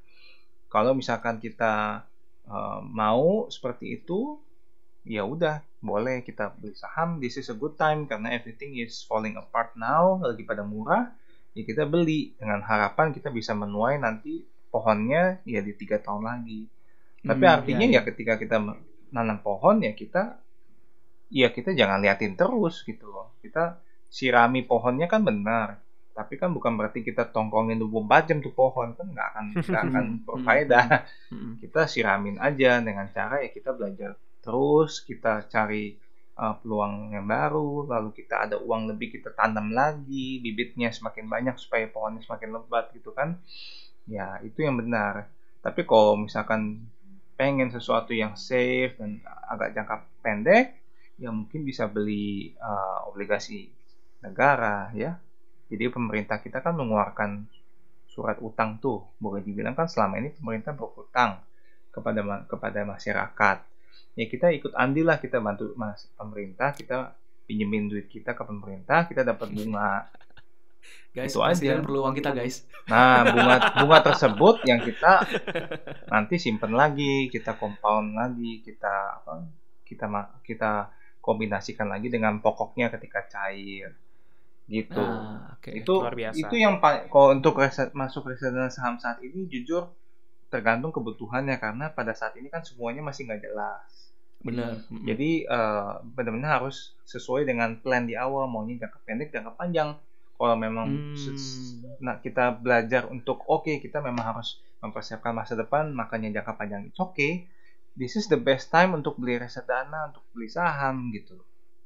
Speaker 3: Kalau misalkan kita uh, mau seperti itu, ya udah boleh kita beli saham. This is a good time karena everything is falling apart now, lagi pada murah, ya kita beli dengan harapan kita bisa menuai nanti pohonnya ya di tiga tahun lagi. Tapi hmm, artinya ya, ya. ya ketika kita nanam pohon ya kita ya kita jangan liatin terus gitu loh. Kita sirami pohonnya kan benar, tapi kan bukan berarti kita tongkrongin dua puluh empat jam tuh pohon, kan nggak akan nggak akan berfaedah. Kita siramin aja dengan cara ya kita belajar terus, kita cari uh, peluang yang baru, lalu kita ada uang lebih kita tanam lagi, bibitnya semakin banyak supaya pohonnya semakin lebat gitu kan. Ya itu yang benar. Tapi kalau misalkan pengen sesuatu yang safe dan agak jangka pendek, ya mungkin bisa beli uh, obligasi negara ya. Jadi pemerintah kita kan mengeluarkan surat utang tuh, boleh dibilang kan selama ini pemerintah berhutang kepada kepada masyarakat. Ya kita ikut andil lah, kita bantu mas, pemerintah, kita pinjemin duit kita ke pemerintah, kita dapat bunga.
Speaker 1: Guys, itu aja perlu uang kita guys.
Speaker 3: Nah, bunga bunga tersebut yang kita nanti simpen lagi, kita compound lagi, kita apa? Kita kita kombinasikan lagi dengan pokoknya ketika cair. Gitu. Ah, okay. Itu luar biasa. Itu yang kalau untuk reset, masuk reksadana saham saat ini jujur tergantung kebutuhannya, karena pada saat ini kan semuanya masih nggak jelas.
Speaker 1: Benar.
Speaker 3: Jadi uh, benar-benar harus sesuai dengan plan di awal, maunya jangka pendek, jangka panjang. Kalau memang hmm. nah kita belajar untuk oke okay, kita memang harus mempersiapkan masa depan, makanya jangka panjang itu oke. Okay. This is the best time untuk beli reksadana, untuk beli saham gitu.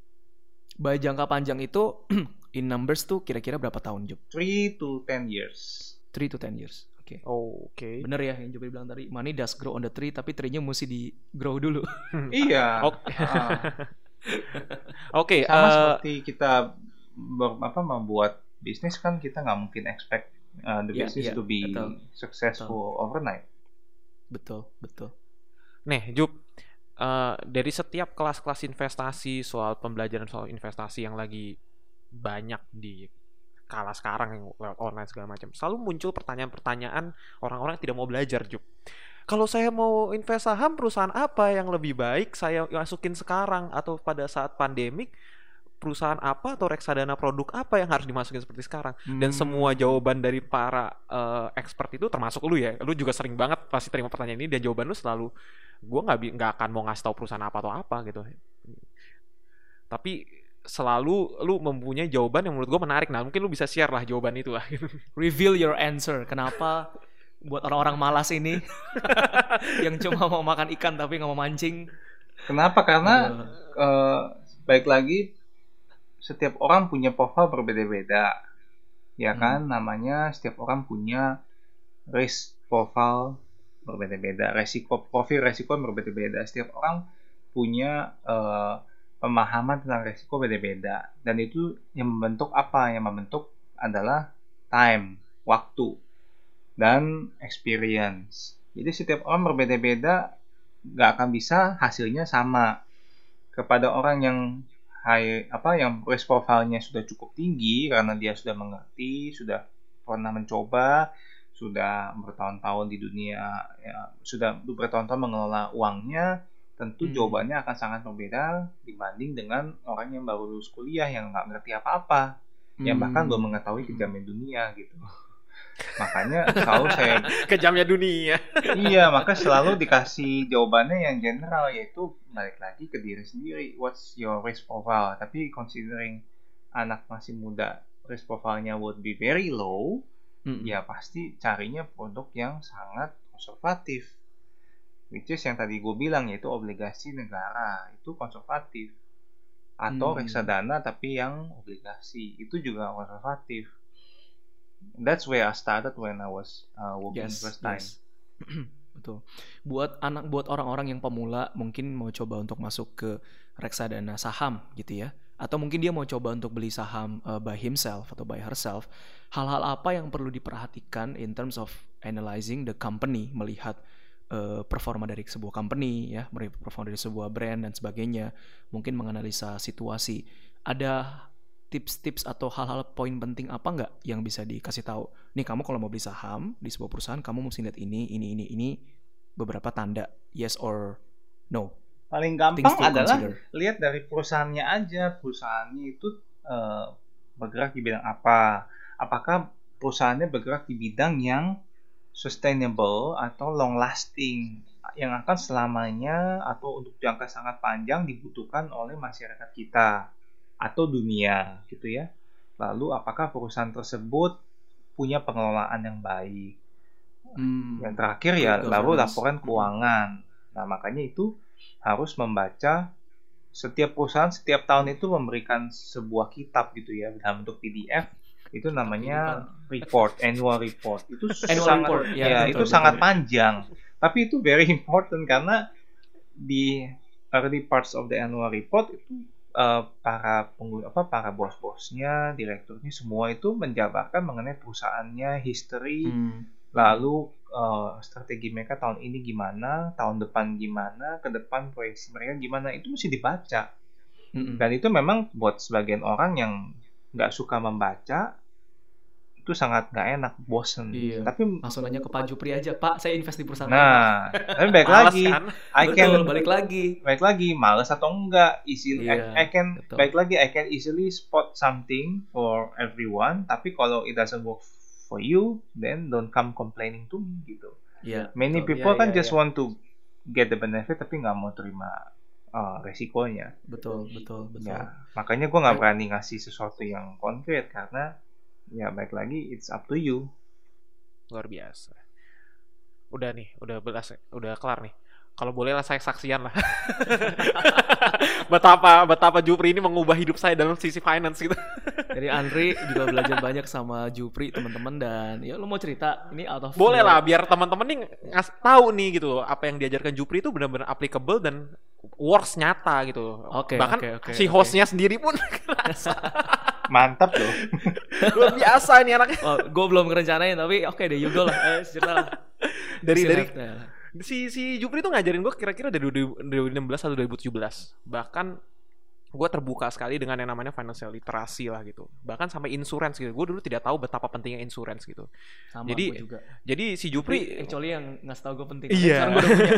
Speaker 1: Baik, jangka panjang itu in numbers tuh kira-kira berapa tahun, Job?
Speaker 3: three to ten years.
Speaker 1: three to ten years. Oke. Okay.
Speaker 2: Oh, oke. Okay.
Speaker 1: Bener ya yang Job bilang tadi, money does grow on the tree, tapi tree-nya mesti di grow dulu.
Speaker 3: Iya. Okay. uh,
Speaker 2: Oke,
Speaker 3: Sama
Speaker 2: eh,
Speaker 3: seperti kita ber- apa membuat bisnis kan kita nggak mungkin expect uh, the
Speaker 1: Iya,
Speaker 3: business
Speaker 1: iya,
Speaker 3: to be
Speaker 1: betul,
Speaker 3: successful overnight.
Speaker 1: betul, betul.
Speaker 2: nih Jup, eh, dari setiap kelas-kelas investasi soal pembelajaran soal investasi yang lagi banyak di kala sekarang yang lewat online segala macam, selalu muncul pertanyaan-pertanyaan orang-orang yang tidak mau belajar, Jup. Kalau saya mau invest saham, perusahaan apa yang lebih baik saya masukin sekarang atau pada saat pandemik, perusahaan apa atau reksadana produk apa yang harus dimasukin seperti sekarang? Dan semua
Speaker 1: Hmm.
Speaker 2: jawaban dari para eh, expert itu termasuk lu ya, lu juga sering banget pasti terima pertanyaan ini dan jawaban lu selalu gue nggak bi- nggak akan mau ngasih tahu perusahaan apa atau apa gitu. Tapi selalu lu mempunyai jawaban yang menurut gue menarik. Nah mungkin lu bisa share lah jawaban itu lah.
Speaker 1: Reveal your answer. Kenapa buat orang-orang malas ini yang cuma mau makan ikan tapi nggak mau mancing?
Speaker 3: Kenapa? Karena
Speaker 1: Aduh.
Speaker 3: uh, baik lagi setiap orang punya profil berbeda-beda, ya
Speaker 1: Hmm.
Speaker 3: kan? Namanya setiap orang punya risk profile berbeda-beda, resiko profil resiko yang berbeda-beda. Setiap orang punya uh, pemahaman tentang resiko beda-beda, dan itu yang membentuk apa? Yang membentuk adalah time, waktu, dan experience. Jadi setiap orang berbeda-beda, nggak akan bisa hasilnya sama. Kepada orang yang high apa yang risk profile-nya sudah cukup tinggi karena dia sudah mengerti, sudah pernah mencoba, sudah bertahun-tahun di dunia, ya, sudah bertahun-tahun mengelola uangnya, tentu
Speaker 1: Hmm.
Speaker 3: jawabannya akan sangat berbeda dibanding dengan orang yang baru lulus kuliah yang nggak ngerti apa-apa, yang bahkan
Speaker 1: Hmm.
Speaker 3: belum mengetahui kejamnya dunia gitu. Makanya selalu saya
Speaker 2: Kejamnya dunia.
Speaker 3: iya, maka selalu dikasih jawabannya yang general, yaitu balik lagi ke diri sendiri. What's your risk profile? Tapi considering anak masih muda, risk profile-nya would be very low,
Speaker 1: Hmm.
Speaker 3: ya pasti carinya produk yang sangat konservatif. Which is yang tadi gue bilang, yaitu obligasi negara. Itu konservatif. Atau
Speaker 1: Hmm.
Speaker 3: reksadana tapi yang obligasi. Itu juga konservatif. That's where I started when I was uh, working
Speaker 1: Yes,
Speaker 3: first time.
Speaker 1: yes. Betul. Buat anak, buat orang-orang yang pemula mungkin mau coba untuk masuk ke reksadana saham gitu ya, atau mungkin dia mau coba untuk beli saham uh, by himself atau by herself. Hal-hal apa yang perlu diperhatikan in terms of analyzing the company, melihat uh, performa dari sebuah company ya, melihat performa dari sebuah brand dan sebagainya. Mungkin menganalisa situasi. Ada tips-tips atau hal-hal poin penting apa nggak yang bisa dikasih tahu? Nih kamu kalau mau beli saham di sebuah perusahaan, kamu mesti lihat ini, ini, ini, ini, beberapa tanda yes or no.
Speaker 3: Paling
Speaker 1: Things
Speaker 3: gampang
Speaker 1: to
Speaker 3: adalah
Speaker 1: consider.
Speaker 3: lihat dari perusahaannya aja. Perusahaannya itu eh, bergerak di bidang apa? Apakah perusahaannya bergerak di bidang yang sustainable atau long lasting, yang akan selamanya atau untuk jangka sangat panjang dibutuhkan oleh masyarakat kita atau dunia gitu ya. Lalu apakah perusahaan tersebut punya pengelolaan yang baik?
Speaker 1: Hmm,
Speaker 3: Yang terakhir
Speaker 1: good
Speaker 3: ya lalu
Speaker 1: governance.
Speaker 3: laporan
Speaker 1: Hmm.
Speaker 3: keuangan. Nah, makanya itu harus membaca setiap perusahaan setiap tahun itu memberikan sebuah kitab gitu ya dalam bentuk P D F. Itu namanya report, annual report. Itu
Speaker 1: Annual
Speaker 3: sangat
Speaker 1: report, ya,
Speaker 3: ya,
Speaker 1: betul,
Speaker 3: itu
Speaker 1: betul.
Speaker 3: sangat panjang. Tapi itu very important karena di early parts of the annual report itu uh, para pengguna apa para bos-bosnya, direkturnya semua itu menjabarkan mengenai perusahaannya, history,
Speaker 1: Hmm.
Speaker 3: lalu uh, strategi mereka tahun ini gimana, tahun depan gimana, ke depan proyeksi mereka gimana, itu mesti dibaca.
Speaker 1: Mm-mm.
Speaker 3: Dan itu memang buat sebagian orang yang nggak suka membaca itu sangat nggak enak, bosen.
Speaker 1: Iya.
Speaker 3: Tapi
Speaker 1: Langsung nanya ke Pak Jupri aja, Pak, saya invest di perusahaan
Speaker 3: nah, tapi baik
Speaker 2: Males
Speaker 3: lagi,
Speaker 2: kan?
Speaker 3: I can
Speaker 1: Betul, balik lagi.
Speaker 3: baik lagi, males atau enggak, easily,
Speaker 1: Iya,
Speaker 3: I, I can
Speaker 1: betul.
Speaker 3: baik lagi, I can easily spot something for everyone. Tapi kalau it doesn't work for you, then don't come complaining to me gitu.
Speaker 1: Iya.
Speaker 3: Many
Speaker 1: betul.
Speaker 3: people
Speaker 2: Iya,
Speaker 3: kan
Speaker 2: iya,
Speaker 3: just
Speaker 2: iya.
Speaker 3: want to get the benefit tapi nggak mau terima uh, resikonya.
Speaker 1: Betul, betul, betul.
Speaker 3: Ya, makanya gue nggak berani ngasih sesuatu yang konkret karena ya baik lagi, it's up to you.
Speaker 2: Luar biasa. Udah nih, udah belas, udah kelar nih. kalau boleh lah saya saksian lah. betapa betapa Jupri ini mengubah hidup saya dalam sisi finance gitu.
Speaker 1: Jadi Andri juga belajar banyak sama Jupri teman-teman, dan ya lu mau cerita ini out of
Speaker 2: boleh lah biar teman-teman nih ngas tahu nih gitu apa yang diajarkan Jupri itu benar-benar applicable dan works nyata gitu.
Speaker 1: Oke,
Speaker 2: bahkan
Speaker 1: oke, oke,
Speaker 2: si
Speaker 1: oke.
Speaker 2: hostnya sendiri pun ngerasa
Speaker 3: Mantap loh.
Speaker 2: luar biasa ini anaknya.
Speaker 1: Oh, gue belum ngerencanain tapi oke deh, you go lah. Eh, cerita lah.
Speaker 2: dari
Speaker 1: Isi
Speaker 2: dari
Speaker 1: left-nya.
Speaker 2: si si Jupri tuh ngajarin gue kira-kira dari dua ribu enam belas atau dua ribu tujuh belas. Bahkan gue terbuka sekali dengan yang namanya financial literacy lah gitu. Bahkan sampai insurance gitu. Gue dulu tidak tahu betapa pentingnya insurance gitu.
Speaker 1: Sama
Speaker 2: jadi
Speaker 1: gue juga.
Speaker 2: jadi si Jupri
Speaker 1: actually yang ngasih tau gue penting.
Speaker 2: iya.
Speaker 1: Sekarang gue udah punya.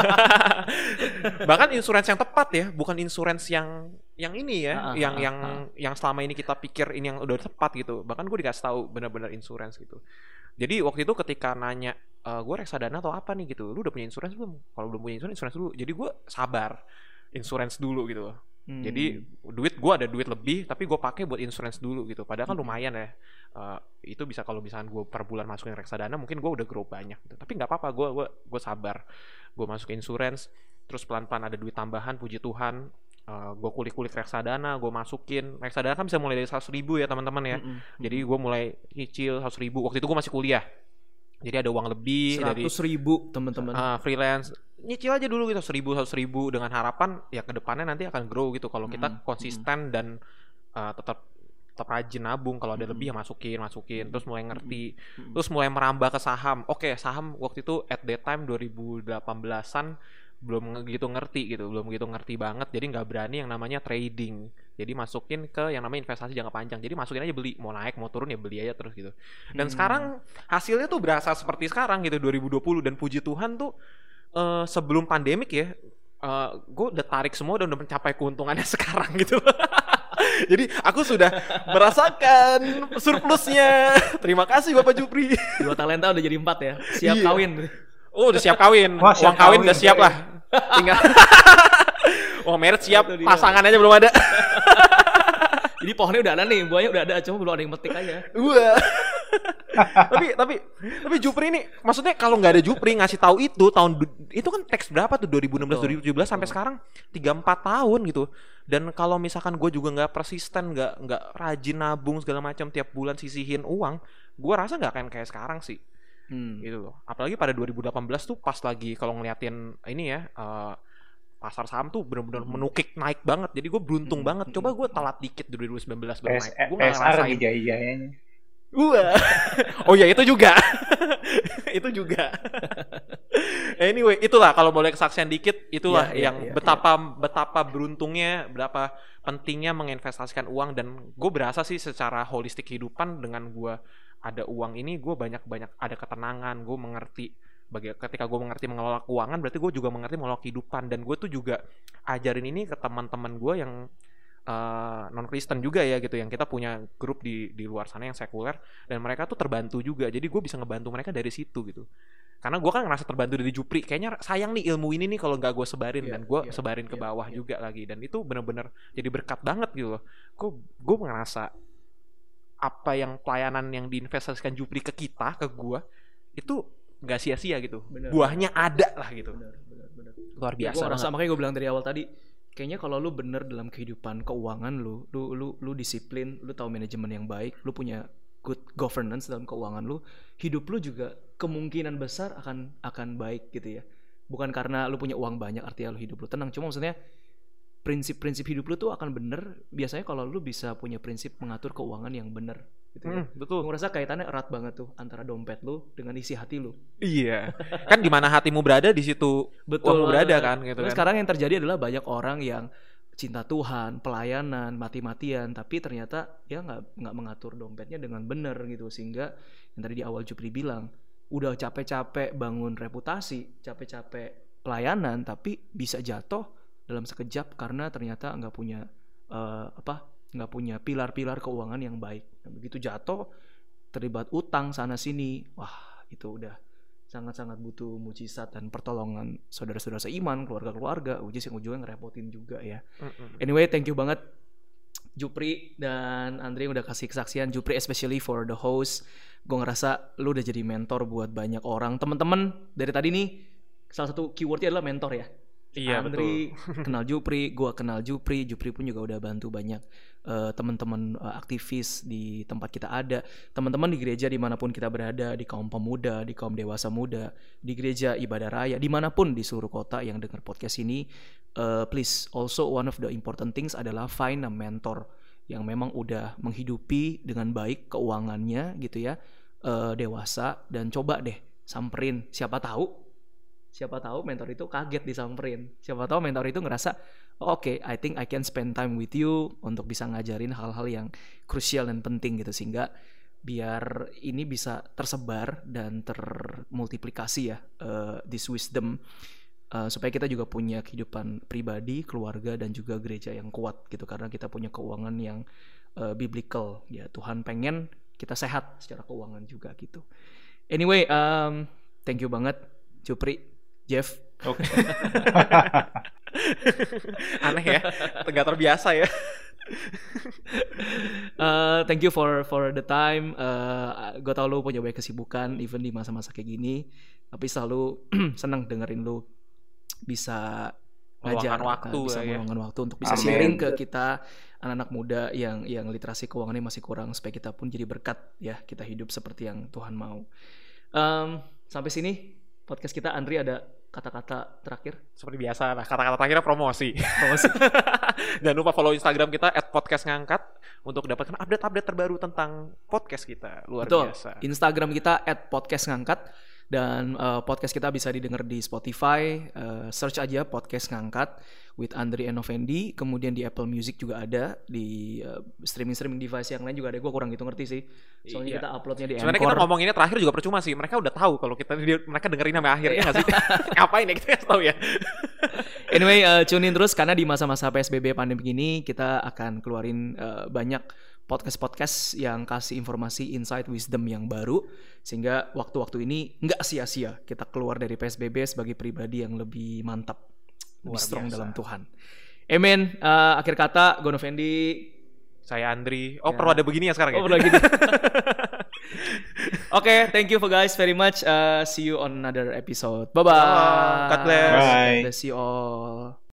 Speaker 2: Bahkan insurance yang tepat ya, bukan insurance yang yang ini ya,
Speaker 1: Ah, ah,
Speaker 2: yang
Speaker 1: ah,
Speaker 2: yang
Speaker 1: ah.
Speaker 2: yang selama ini kita pikir ini yang udah tepat gitu. Bahkan gue dikasih tahu benar-benar insurance gitu. Jadi waktu itu ketika nanya e, gue reksadana atau apa nih gitu, lu udah punya insurance belum? Kalau belum punya insurance, insurance dulu. Jadi gue sabar, insurance dulu gitu.
Speaker 1: Hmm.
Speaker 2: Jadi duit gue ada duit lebih, tapi gue pakai buat insurance dulu gitu. Padahal kan lumayan ya. Uh, itu bisa kalau misalkan gue per bulan masukin reksadana, mungkin gue udah grow banyak. Gitu. Tapi nggak apa-apa, gue gue gue sabar. Gue masukin insurance, terus pelan-pelan ada duit tambahan, puji Tuhan. Uh, gue kulik-kulik reksadana, gue masukin. Reksadana kan bisa mulai dari seratus ribu ya teman-teman ya.
Speaker 1: Mm-mm.
Speaker 2: Jadi gue mulai cicil seratus ribu. Waktu itu gue masih kuliah. Jadi ada uang lebih dari
Speaker 1: seratus ribu teman-teman.
Speaker 2: uh, freelance. Nyicil aja dulu gitu seribu seratus ribu dengan harapan ya kedepannya nanti akan grow gitu kalau kita
Speaker 1: Mm-hmm.
Speaker 2: konsisten dan uh, tetap tetap rajin nabung. Kalau ada
Speaker 1: Mm-hmm.
Speaker 2: lebih ya masukin masukin terus mulai ngerti
Speaker 1: Mm-hmm.
Speaker 2: terus mulai merambah ke saham. Oke, saham waktu itu at that time dua ribu delapan belasan belum gitu ngerti gitu belum gitu ngerti banget, jadi nggak berani yang namanya trading. Jadi masukin ke yang namanya investasi jangka panjang. Jadi masukin aja beli, mau naik mau turun ya beli aja terus gitu. Dan
Speaker 1: Hmm.
Speaker 2: sekarang hasilnya tuh berasa seperti sekarang gitu dua ribu dua puluh, dan puji Tuhan tuh Uh, sebelum pandemik ya, uh, gue udah tarik semua dan udah mencapai keuntungannya sekarang gitu. Jadi aku sudah merasakan surplusnya. Terima kasih Bapak Jupri.
Speaker 1: Dua talenta udah jadi empat ya. Siap
Speaker 2: Iya.
Speaker 1: kawin.
Speaker 2: Oh udah siap kawin.
Speaker 3: Wah, siap
Speaker 2: Uang kawin
Speaker 3: kawin.
Speaker 2: udah siap lah. Tinggal. Uang merit siap.
Speaker 1: Itu dia.
Speaker 2: Pasangan aja belum ada.
Speaker 1: Jadi pohonnya udah ada nih, buahnya udah ada, cuma belum ada yang metik aja.
Speaker 2: Wah. tapi tapi tapi Jupri ini maksudnya kalau nggak ada Jupri ngasih tahu itu tahun itu kan teks berapa tuh dua ribu enam belas dua ribu tujuh belas sampai sekarang tiga empat tahun gitu. Dan kalau misalkan gue juga nggak persisten, nggak nggak rajin nabung segala macam tiap bulan sisihin uang, gue rasa nggak akan kayak sekarang sih.
Speaker 1: Hmm.
Speaker 2: Gitu loh. Apalagi pada dua ribu delapan belas tuh pas lagi kalau ngeliatin ini ya uh, pasar saham tuh benar-benar menukik naik banget. Jadi gue beruntung
Speaker 1: Hmm.
Speaker 2: banget. Coba gue telat dikit dua ribu sembilan belas baru
Speaker 3: P S-
Speaker 2: naik. Gue nggak
Speaker 3: P S R
Speaker 2: ngerasain.
Speaker 3: di jaya-jayanya.
Speaker 2: Wah. Oh ya itu juga. Itu juga. Anyway, itulah kalau boleh kesaksian dikit, itulah
Speaker 1: Ya, ya,
Speaker 2: yang
Speaker 1: ya,
Speaker 2: betapa betapa beruntungnya, berapa pentingnya menginvestasikan uang. Dan gue berasa sih secara holistik kehidupan dengan gue ada uang ini, gue banyak-banyak ada ketenangan, gue mengerti bagi ketika gue mengerti mengelola keuangan, berarti gue juga mengerti mengelola kehidupan. Dan gue tuh juga ajarin ini ke teman-teman gue yang Uh, non Kristen juga ya gitu, yang kita punya grup di di luar sana yang sekuler, dan mereka tuh terbantu juga. Jadi gue bisa ngebantu mereka dari situ gitu. Karena gue kan ngerasa terbantu dari Jupri. Kayaknya sayang nih ilmu ini nih kalau nggak gue sebarin,
Speaker 1: Yeah,
Speaker 2: dan gue
Speaker 1: yeah,
Speaker 2: sebarin ke
Speaker 1: yeah,
Speaker 2: bawah
Speaker 1: yeah.
Speaker 2: juga lagi. Dan itu benar-benar jadi berkat banget gitu loh. Gue gue ngerasa apa yang pelayanan yang diinvestasikan Jupri ke kita, ke gue itu nggak sia-sia gitu.
Speaker 1: Bener.
Speaker 2: Buahnya ada lah gitu.
Speaker 1: Benar, benar, benar.
Speaker 2: Luar
Speaker 1: Ya,
Speaker 2: biasa
Speaker 1: gue ngerasa,
Speaker 2: banget.
Speaker 1: makanya gue bilang dari awal tadi, kayaknya kalau lu bener dalam kehidupan keuangan lu, lu lu lu disiplin, lu tahu manajemen yang baik, lu punya good governance dalam keuangan lu, hidup lu juga kemungkinan besar akan akan baik gitu ya. Bukan karena lu punya uang banyak artinya lu hidup lu tenang, cuma maksudnya prinsip-prinsip hidup lu tuh akan bener biasanya kalau lu bisa punya prinsip mengatur keuangan yang bener gitu ya.
Speaker 2: Hmm, betul.
Speaker 1: Gue ngerasa kaitannya erat banget tuh antara dompet lu dengan isi hati lu.
Speaker 2: Iya. Kan di mana hatimu berada di situ uangmu berada kan gitu
Speaker 1: Terus
Speaker 2: kan.
Speaker 1: sekarang yang terjadi adalah banyak orang yang cinta Tuhan, pelayanan, mati-matian, tapi ternyata ya nggak nggak mengatur dompetnya dengan benar gitu, sehingga yang tadi di awal Jupri bilang udah capek-capek bangun reputasi, capek-capek pelayanan, tapi bisa jatuh dalam sekejap karena ternyata nggak punya uh, apa nggak punya pilar-pilar keuangan yang baik. Nah, begitu jatuh terlibat utang sana sini, wah itu udah sangat-sangat butuh mujizat dan pertolongan saudara-saudara seiman, keluarga-keluarga, which is yang ujungnya ngerepotin juga ya.
Speaker 2: Mm-mm.
Speaker 1: Anyway, thank you banget Jupri dan Andre yang udah kasih kesaksian. Jupri especially for the host. Gue ngerasa lu udah jadi mentor buat banyak orang. Teman-teman dari tadi nih salah satu keywordnya adalah mentor ya.
Speaker 2: Iya,
Speaker 1: Andri
Speaker 2: betul.
Speaker 1: kenal Jupri, gua kenal Jupri, Jupri pun juga udah bantu banyak uh, teman-teman uh, aktivis di tempat kita ada, teman-teman di gereja dimanapun kita berada, di kaum pemuda, di kaum dewasa muda, di gereja ibadah raya, dimanapun di seluruh kota yang dengar podcast ini, uh, please also one of the important things adalah find a mentor yang memang udah menghidupi dengan baik keuangannya gitu ya, uh, dewasa, dan coba deh samperin, siapa tahu Siapa tahu mentor itu kaget disamperin. Siapa tahu mentor itu ngerasa, oh, oke, okay, I think I can spend time with you untuk bisa ngajarin hal-hal yang krusial dan penting gitu. Sehingga biar ini bisa tersebar dan termultiplikasi ya, uh, this wisdom. Uh, supaya kita juga punya kehidupan pribadi, keluarga, dan juga gereja yang kuat gitu. Karena kita punya keuangan yang uh, biblical. Ya, Tuhan pengen kita sehat secara keuangan juga gitu. Anyway, um, thank you banget Jupri, Jeff.
Speaker 3: Oke.
Speaker 2: Aneh ya, nggak terbiasa ya.
Speaker 1: uh, thank you for for the time. Uh, gue tau lu punya banyak kesibukan, even di masa-masa kayak gini. Tapi selalu senang dengerin lu bisa ngajar,
Speaker 2: Meluangkan waktu,
Speaker 1: bisa
Speaker 2: ya.
Speaker 1: meluangkan waktu untuk bisa
Speaker 3: Amin.
Speaker 1: sharing ke kita anak-anak muda yang yang literasi keuangannya masih kurang, supaya kita pun jadi berkat ya, kita hidup seperti yang Tuhan mau. Um, sampai sini podcast kita. Andri, ada kata-kata terakhir?
Speaker 2: Seperti biasa, nah kata-kata terakhirnya promosi.
Speaker 1: Promosi.
Speaker 2: Jangan lupa follow Instagram kita at podcast ngangkat untuk dapatkan update-update terbaru tentang podcast kita. Luar
Speaker 1: Betul.
Speaker 2: biasa.
Speaker 1: Instagram kita at podcast ngangkat. Dan uh, podcast kita bisa didengar di Spotify, uh, search aja podcast ngangkat with Andri Enovendi. Kemudian di Apple Music juga ada, di uh, streaming-streaming device yang lain juga ada. Gue kurang gitu ngerti sih, soalnya
Speaker 2: Iya.
Speaker 1: kita uploadnya di Anchor.
Speaker 2: Sebenarnya kita ngomong ini terakhir juga percuma sih. Mereka udah tahu kalau kita dia, mereka dengerin sampai akhir ya nggak sih? Ngapain ya kita kasih tahu ya?
Speaker 1: Anyway, uh, tune in terus karena di masa-masa P S B B pandemi ini kita akan keluarin uh, banyak podcast-podcast yang kasih informasi, insight, wisdom yang baru, sehingga waktu-waktu ini nggak sia-sia kita keluar dari P S B B sebagai pribadi yang lebih mantap, lebih
Speaker 2: Luar
Speaker 1: strong
Speaker 2: biasa.
Speaker 1: dalam Tuhan. Amen. Uh, akhir kata, gue Novendi.
Speaker 2: Saya Andri. Oh,
Speaker 1: Ya.
Speaker 2: perlu ada begini ya sekarang ya?
Speaker 1: Oh, perlu gitu. Oke, okay, thank you for guys very much. Uh, see you on another episode. Bye-bye.
Speaker 2: God bless.
Speaker 3: Bye.
Speaker 1: God bless you all.